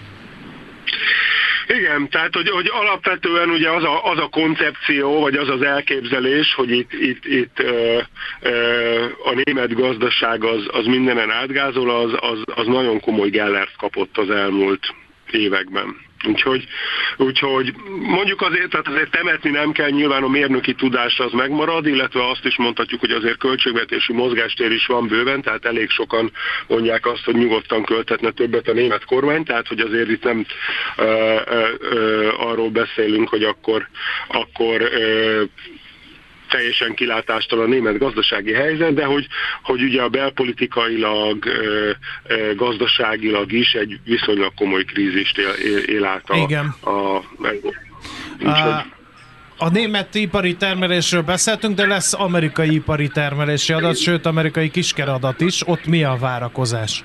Igen, tehát hogy, hogy alapvetően ugye az a, az a koncepció, vagy az az elképzelés, hogy itt, itt, itt ö, ö, a német gazdaság az, az mindenen átgázol, az, az, az nagyon komoly gellert kapott az elmúlt években. Úgyhogy, úgyhogy mondjuk azért, tehát azért temetni nem kell, nyilván a mérnöki tudás az megmarad, illetve azt is mondhatjuk, hogy azért költségvetési mozgástér is van bőven, tehát elég sokan mondják azt, hogy nyugodtan költhetne többet a német kormány, tehát hogy azért itt nem ö, ö, ö, arról beszélünk, hogy akkor, akkor ö, teljesen kilátástalan a német gazdasági helyzet, de hogy, hogy ugye a belpolitikailag, gazdaságilag is egy viszonylag komoly krízist él, él át a... Igen. a, a, a A német ipari termelésről beszéltünk, de lesz amerikai ipari termelési adat, sőt amerikai kiskeradat is. Ott mi a várakozás?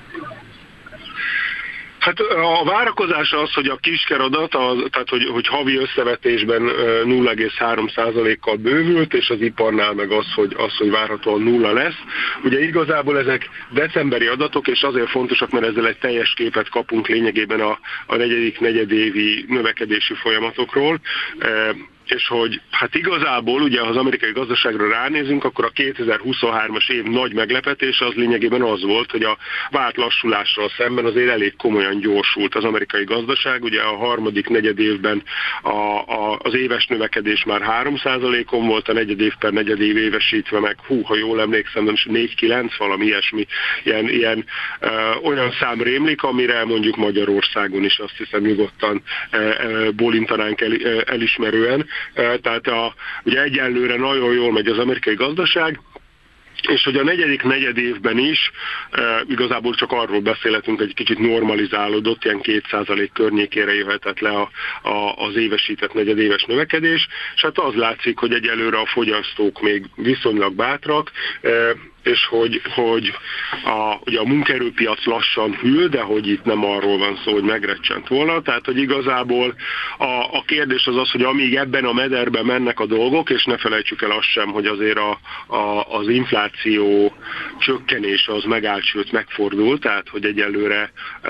Hát a várakozás az, hogy a kiskeradat, az, tehát hogy, hogy havi összevetésben nulla egész három százalékkal bővült, és az iparnál meg az, hogy, az, hogy várhatóan nulla lesz. Ugye igazából ezek decemberi adatok, és azért fontosak, mert ezzel egy teljes képet kapunk lényegében a, a negyedik negyedévi növekedési folyamatokról. És hogy hát igazából ugye, ha az amerikai gazdaságra ránézünk, akkor a kétezer-huszonhármas év nagy meglepetése az lényegében az volt, hogy a várt lassulással szemben azért elég komolyan gyorsult az amerikai gazdaság. Ugye a harmadik negyed évben a, a, az éves növekedés már három százalékon volt, a negyed év per negyed év évesítve meg, hú, ha jól emlékszem, nem is négy kilenc, valami ilyesmi, ilyen, ilyen ö, olyan szám rémlik, amire mondjuk Magyarországon is azt hiszem nyugodtan ö, ö, bólintanánk el, ö, elismerően. Tehát a, ugye egyenlőre nagyon jól megy az amerikai gazdaság, és hogy a negyedik negyed évben is e, igazából csak arról beszélhetünk, hogy egy kicsit normalizálódott, ilyen két százalék környékére jöhetett le a, a, az évesített negyedéves növekedés, és hát az látszik, hogy egyelőre a fogyasztók még viszonylag bátrak, e, és hogy, hogy a, ugye a munkaerőpiac lassan hűl, de hogy itt nem arról van szó, hogy megrecsent volna. Tehát, hogy igazából a, a kérdés az az, hogy amíg ebben a mederben mennek a dolgok, és ne felejtsük el azt sem, hogy azért a, a, az infláció csökkenése az megállt, sőt megfordult, tehát, hogy egyelőre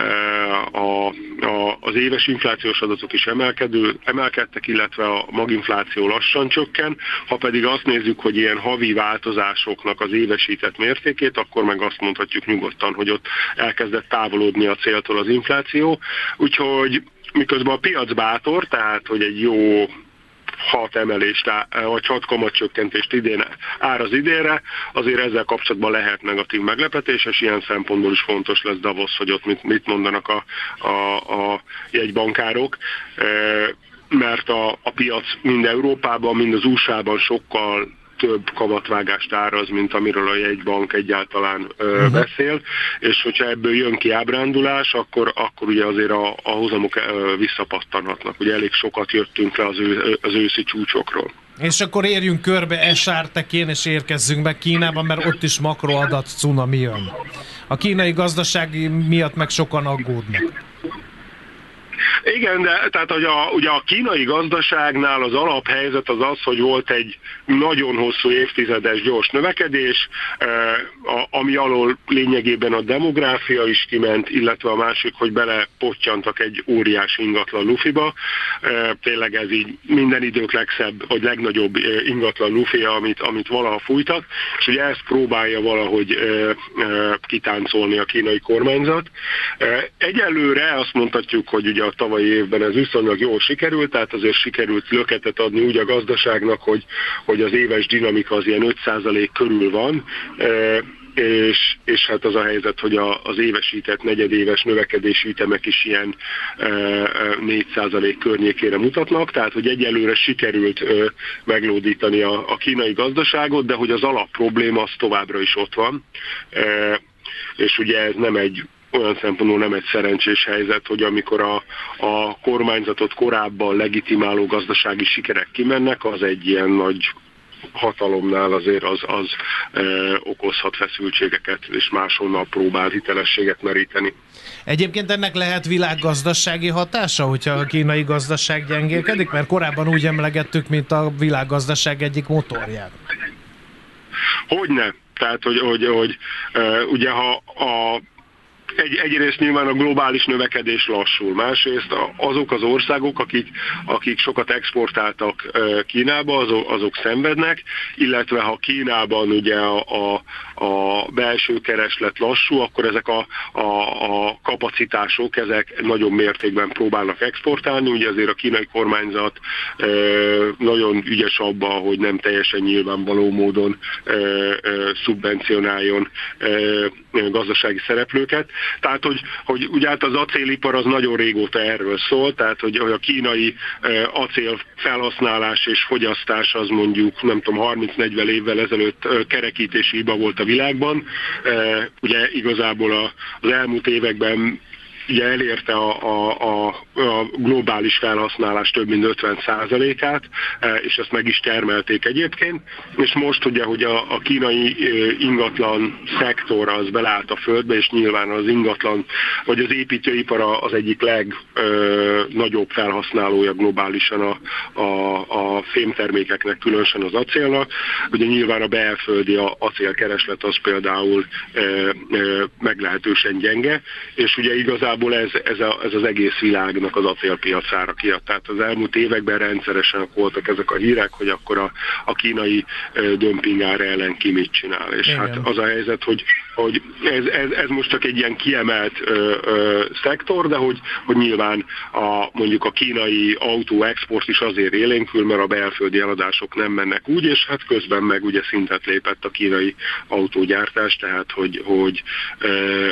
a, a, az éves inflációs adatok is emelkedő, emelkedtek, illetve a maginfláció lassan csökken. Ha pedig azt nézzük, hogy ilyen havi változásoknak az évesített mértékét, akkor meg azt mondhatjuk nyugodtan, hogy ott elkezdett távolodni a céltól az infláció. Úgyhogy miközben a piac bátor, tehát hogy egy jó hat emelést, vagy hat kamatcsökkentést idén ár az idénre, azért ezzel kapcsolatban lehet negatív meglepetés, és ilyen szempontból is fontos lesz Davos, hogy ott mit, mit mondanak a, a, a jegybankárok, mert a, a piac mind Európában, mind az u es á-ban sokkal több kamatvágást áraz, mint amiről a jegybank egyáltalán ö, uh-huh. beszél, és hogyha ebből jön ki ábrándulás, akkor, akkor ugye azért a, a hozamok ö, visszapattanhatnak. Ugye elég sokat jöttünk le az, ő, az őszi csúcsokról. És akkor érjünk körbe esártekén, és érkezzünk be Kínába, mert ott is makroadat cunami jön. A kínai gazdaság miatt meg sokan aggódnak. Igen, de tehát hogy a, ugye a kínai gazdaságnál az alaphelyzet az az, hogy volt egy nagyon hosszú évtizedes gyors növekedés, ami alól lényegében a demográfia is kiment, illetve a másik, hogy belepotyantak egy óriási ingatlan lufiba. Tényleg ez így minden idők legszebb, vagy legnagyobb ingatlan lufia, amit, amit valaha fújtak, és ugye ezt próbálja valahogy kitáncolni a kínai kormányzat. Egyelőre azt mondhatjuk, hogy ugye a tavaly tavalyi évben ez viszonylag jól sikerült, tehát azért sikerült löketet adni úgy a gazdaságnak, hogy, hogy az éves dinamika az ilyen öt százalék körül van, és, és hát az a helyzet, hogy a, az évesített negyedéves növekedési ütemek is ilyen négy százalék környékére mutatnak, tehát hogy egyelőre sikerült ö, meglódítani a, a kínai gazdaságot, de hogy az alap probléma az továbbra is ott van, e, és ugye ez nem egy olyan szempontból nem egy szerencsés helyzet, hogy amikor a, a kormányzatot korábban legitimáló gazdasági sikerek kimennek, az egy ilyen nagy hatalomnál azért az, az e, okozhat feszültségeket, és máshonnan próbál hitelességet meríteni. Egyébként ennek lehet világgazdasági hatása, hogyha a kínai gazdaság gyengélkedik? Mert korábban úgy emlegettük, mint a világgazdaság egyik motorját. Hogyne. Tehát, hogy, hogy, hogy e, ugye ha a Egy, egyrészt nyilván a globális növekedés lassul, másrészt azok az országok, akik, akik sokat exportáltak Kínába, azok, azok szenvednek, illetve ha Kínában ugye a, a, a belső kereslet lassú, akkor ezek a, a, a kapacitások, ezek nagyobb mértékben próbálnak exportálni, ugye azért a kínai kormányzat nagyon ügyes abban, hogy nem teljesen nyilvánvaló módon szubvencionáljon gazdasági szereplőket. Tehát, hogy, hogy ugye hát az acélipar az nagyon régóta erről szól, tehát, hogy, hogy a kínai e, acél felhasználás és fogyasztás az mondjuk, nem tudom, harminc-negyven évvel ezelőtt e, kerekítési hiba volt a világban. E, ugye igazából a, az elmúlt években ugye elérte a, a, a globális felhasználás több mint ötven százalékát, és ezt meg is termelték egyébként, és most ugye, hogy a, a kínai ingatlan szektor az beleállt a földbe, és nyilván az ingatlan, vagy az építőipar az egyik legnagyobb felhasználója globálisan a, a, a fémtermékeknek, különösen az acélnak. Ugye nyilván a belföldi acélkereslet az például e, e, meglehetősen gyenge, és ugye igazából Ez, ez, a, ez az egész világnak az acélpiacára kijött. Tehát az elmúlt években rendszeresen voltak ezek a hírek, hogy akkor a, a kínai uh, dömpingár ellen ki mit csinál. És igen. Hát az a helyzet, hogy, hogy ez, ez, ez most csak egy ilyen kiemelt uh, uh, szektor, de hogy, hogy nyilván a, mondjuk a kínai autóexport is azért élénkül, mert a belföldi eladások nem mennek úgy, és hát közben meg ugye szintet lépett a kínai autógyártás, tehát hogy, hogy uh,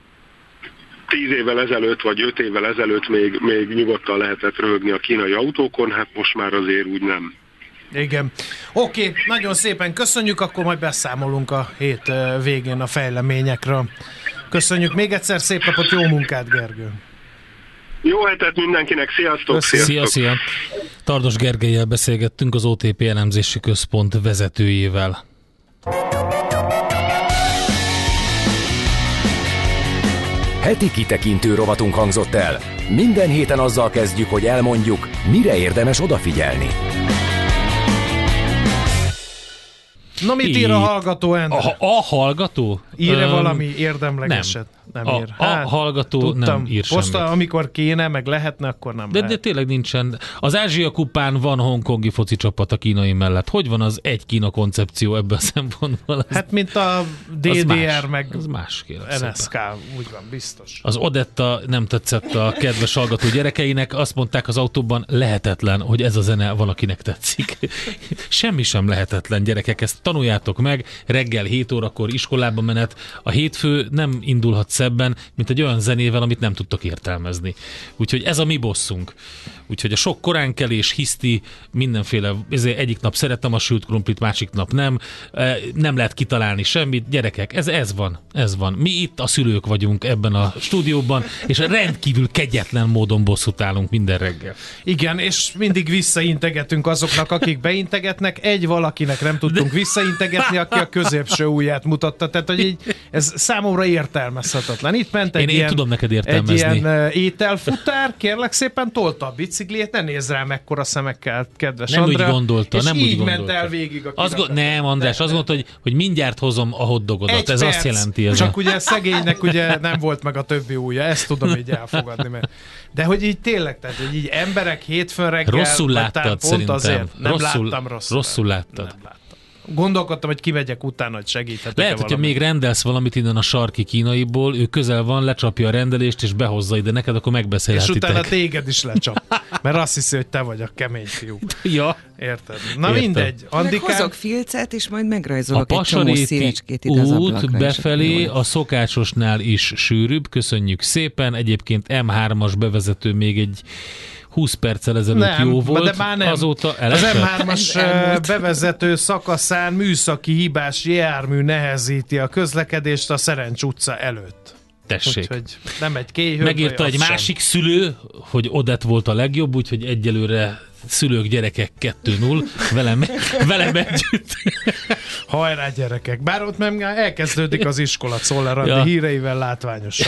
tíz évvel ezelőtt, vagy öt évvel ezelőtt még, még nyugodtan lehetett röhögni a kínai autókon, hát most már azért úgy nem. Igen. Oké, okay, nagyon szépen köszönjük, akkor majd beszámolunk a hét végén a fejleményekről. Köszönjük még egyszer, szép napot, jó munkát, Gergő! Jó hetet mindenkinek, sziasztok! Szia, szia! Tardos Gergellyel beszélgettünk, az o té pé elemzési központ vezetőjével. Heti kitekintő rovatunk hangzott el. Minden héten azzal kezdjük, hogy elmondjuk, mire érdemes odafigyelni. Na mit ír a hallgató, Endre? A, a hallgató? Ír-e um, valami érdemlegeset? Nem, nem a, ír. Hát, a hallgató tudtam, nem ír semmit. Posta, amikor kéne, meg lehetne, akkor nem de, lehet. De tényleg nincsen. Az Ázsia kupán van hongkongi foci csapat a kínai mellett. Hogy van az egy Kína koncepció ebben a szempontból? Az, hát mint a dé dé er, más, meg az más, en es ká, úgy van, biztos. Az Odetta nem tetszett a kedves hallgató gyerekeinek, azt mondták az autóban, lehetetlen, hogy ez a zene valakinek tetszik. Semmi sem lehetetlen, gyerekek, ezt tanuljátok meg, reggel hét órakor iskolába menet, a hétfő nem indulhat szebben, mint egy olyan zenével, amit nem tudtok értelmezni. Úgyhogy ez a mi bosszunk. Úgyhogy a sok koránkelés, hiszti, mindenféle, ezért egyik nap szeretem a sült krumplit, másik nap nem, nem lehet kitalálni semmit. Gyerekek, ez, ez van, ez van. Mi itt a szülők vagyunk ebben a stúdióban, és rendkívül kegyetlen módon bosszút állunk minden reggel. Igen, és mindig visszaintegetünk azoknak, akik beintegetnek. Egy valakinek nem tudtunk De... visszaintegetni, aki a középső ujját mutatta. Tehát, hogy így, ez számomra értelmezhetetlen. Itt ment egy én, ilyen, én tudom neked értelmezni. Egy ilyen ételfutár, kérlek szépen tolta a bicikliét, ne nézz rá mekkora szemekkel, kedves nem Andrá. Úgy gondolta, és nem így úgy gondolta. ment el végig a az go- Nem, András, azt mondta, hogy, hogy mindjárt hozom a hotdogodat. Egy ez perc, azt jelenti. Ez csak a... ugye szegénynek ugye nem volt meg a többi ujja, ezt tudom így elfogadni. Mert... De hogy így tényleg, tehát hogy így emberek hétfőn reggel... Rosszul láttad pont szerintem. Azért nem rosszul, láttam rosszul. Rosszul láttad. Nem láttam. Gondolkodtam, hogy kimegyek utána, hogy segíthetek. Lehet, hogyha még rendelsz valamit innen a sarki kínaiból, ő közel van, lecsapja a rendelést, és behozza ide neked, akkor megbeszélhetitek. És utána téged is lecsap. Mert azt hiszi, hogy te vagy a kemény fiú. Ja. Érted? Na Értem. mindegy. Andikán... Hozok filcet, és majd megrajzolok a egy csomó szívecskét ide az ablakra. út befelé a szokásosnál is sűrűbb. Köszönjük szépen. Egyébként em hármas bevezető még egy húsz perccel ezelőtt nem, jó volt. De már nem. Azóta az em hármas bevezető szakaszán műszaki hibás jármű nehezíti a közlekedést a Szerencs utca előtt. Tessék. Úgyhogy nem egy kéhő. Megírta egy másik sem. Szülő, hogy Odett volt a legjobb, úgyhogy egyelőre szülők, gyerekek kettő null velem, velem együtt. Hajrá gyerekek! Bár ott már elkezdődik az iskola Czoller Andi ja. híreivel látványosan.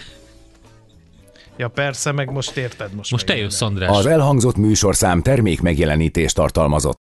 Ja persze, meg most érted most. Most te jössz, András. Az elhangzott műsorszám termék megjelenítést tartalmazott.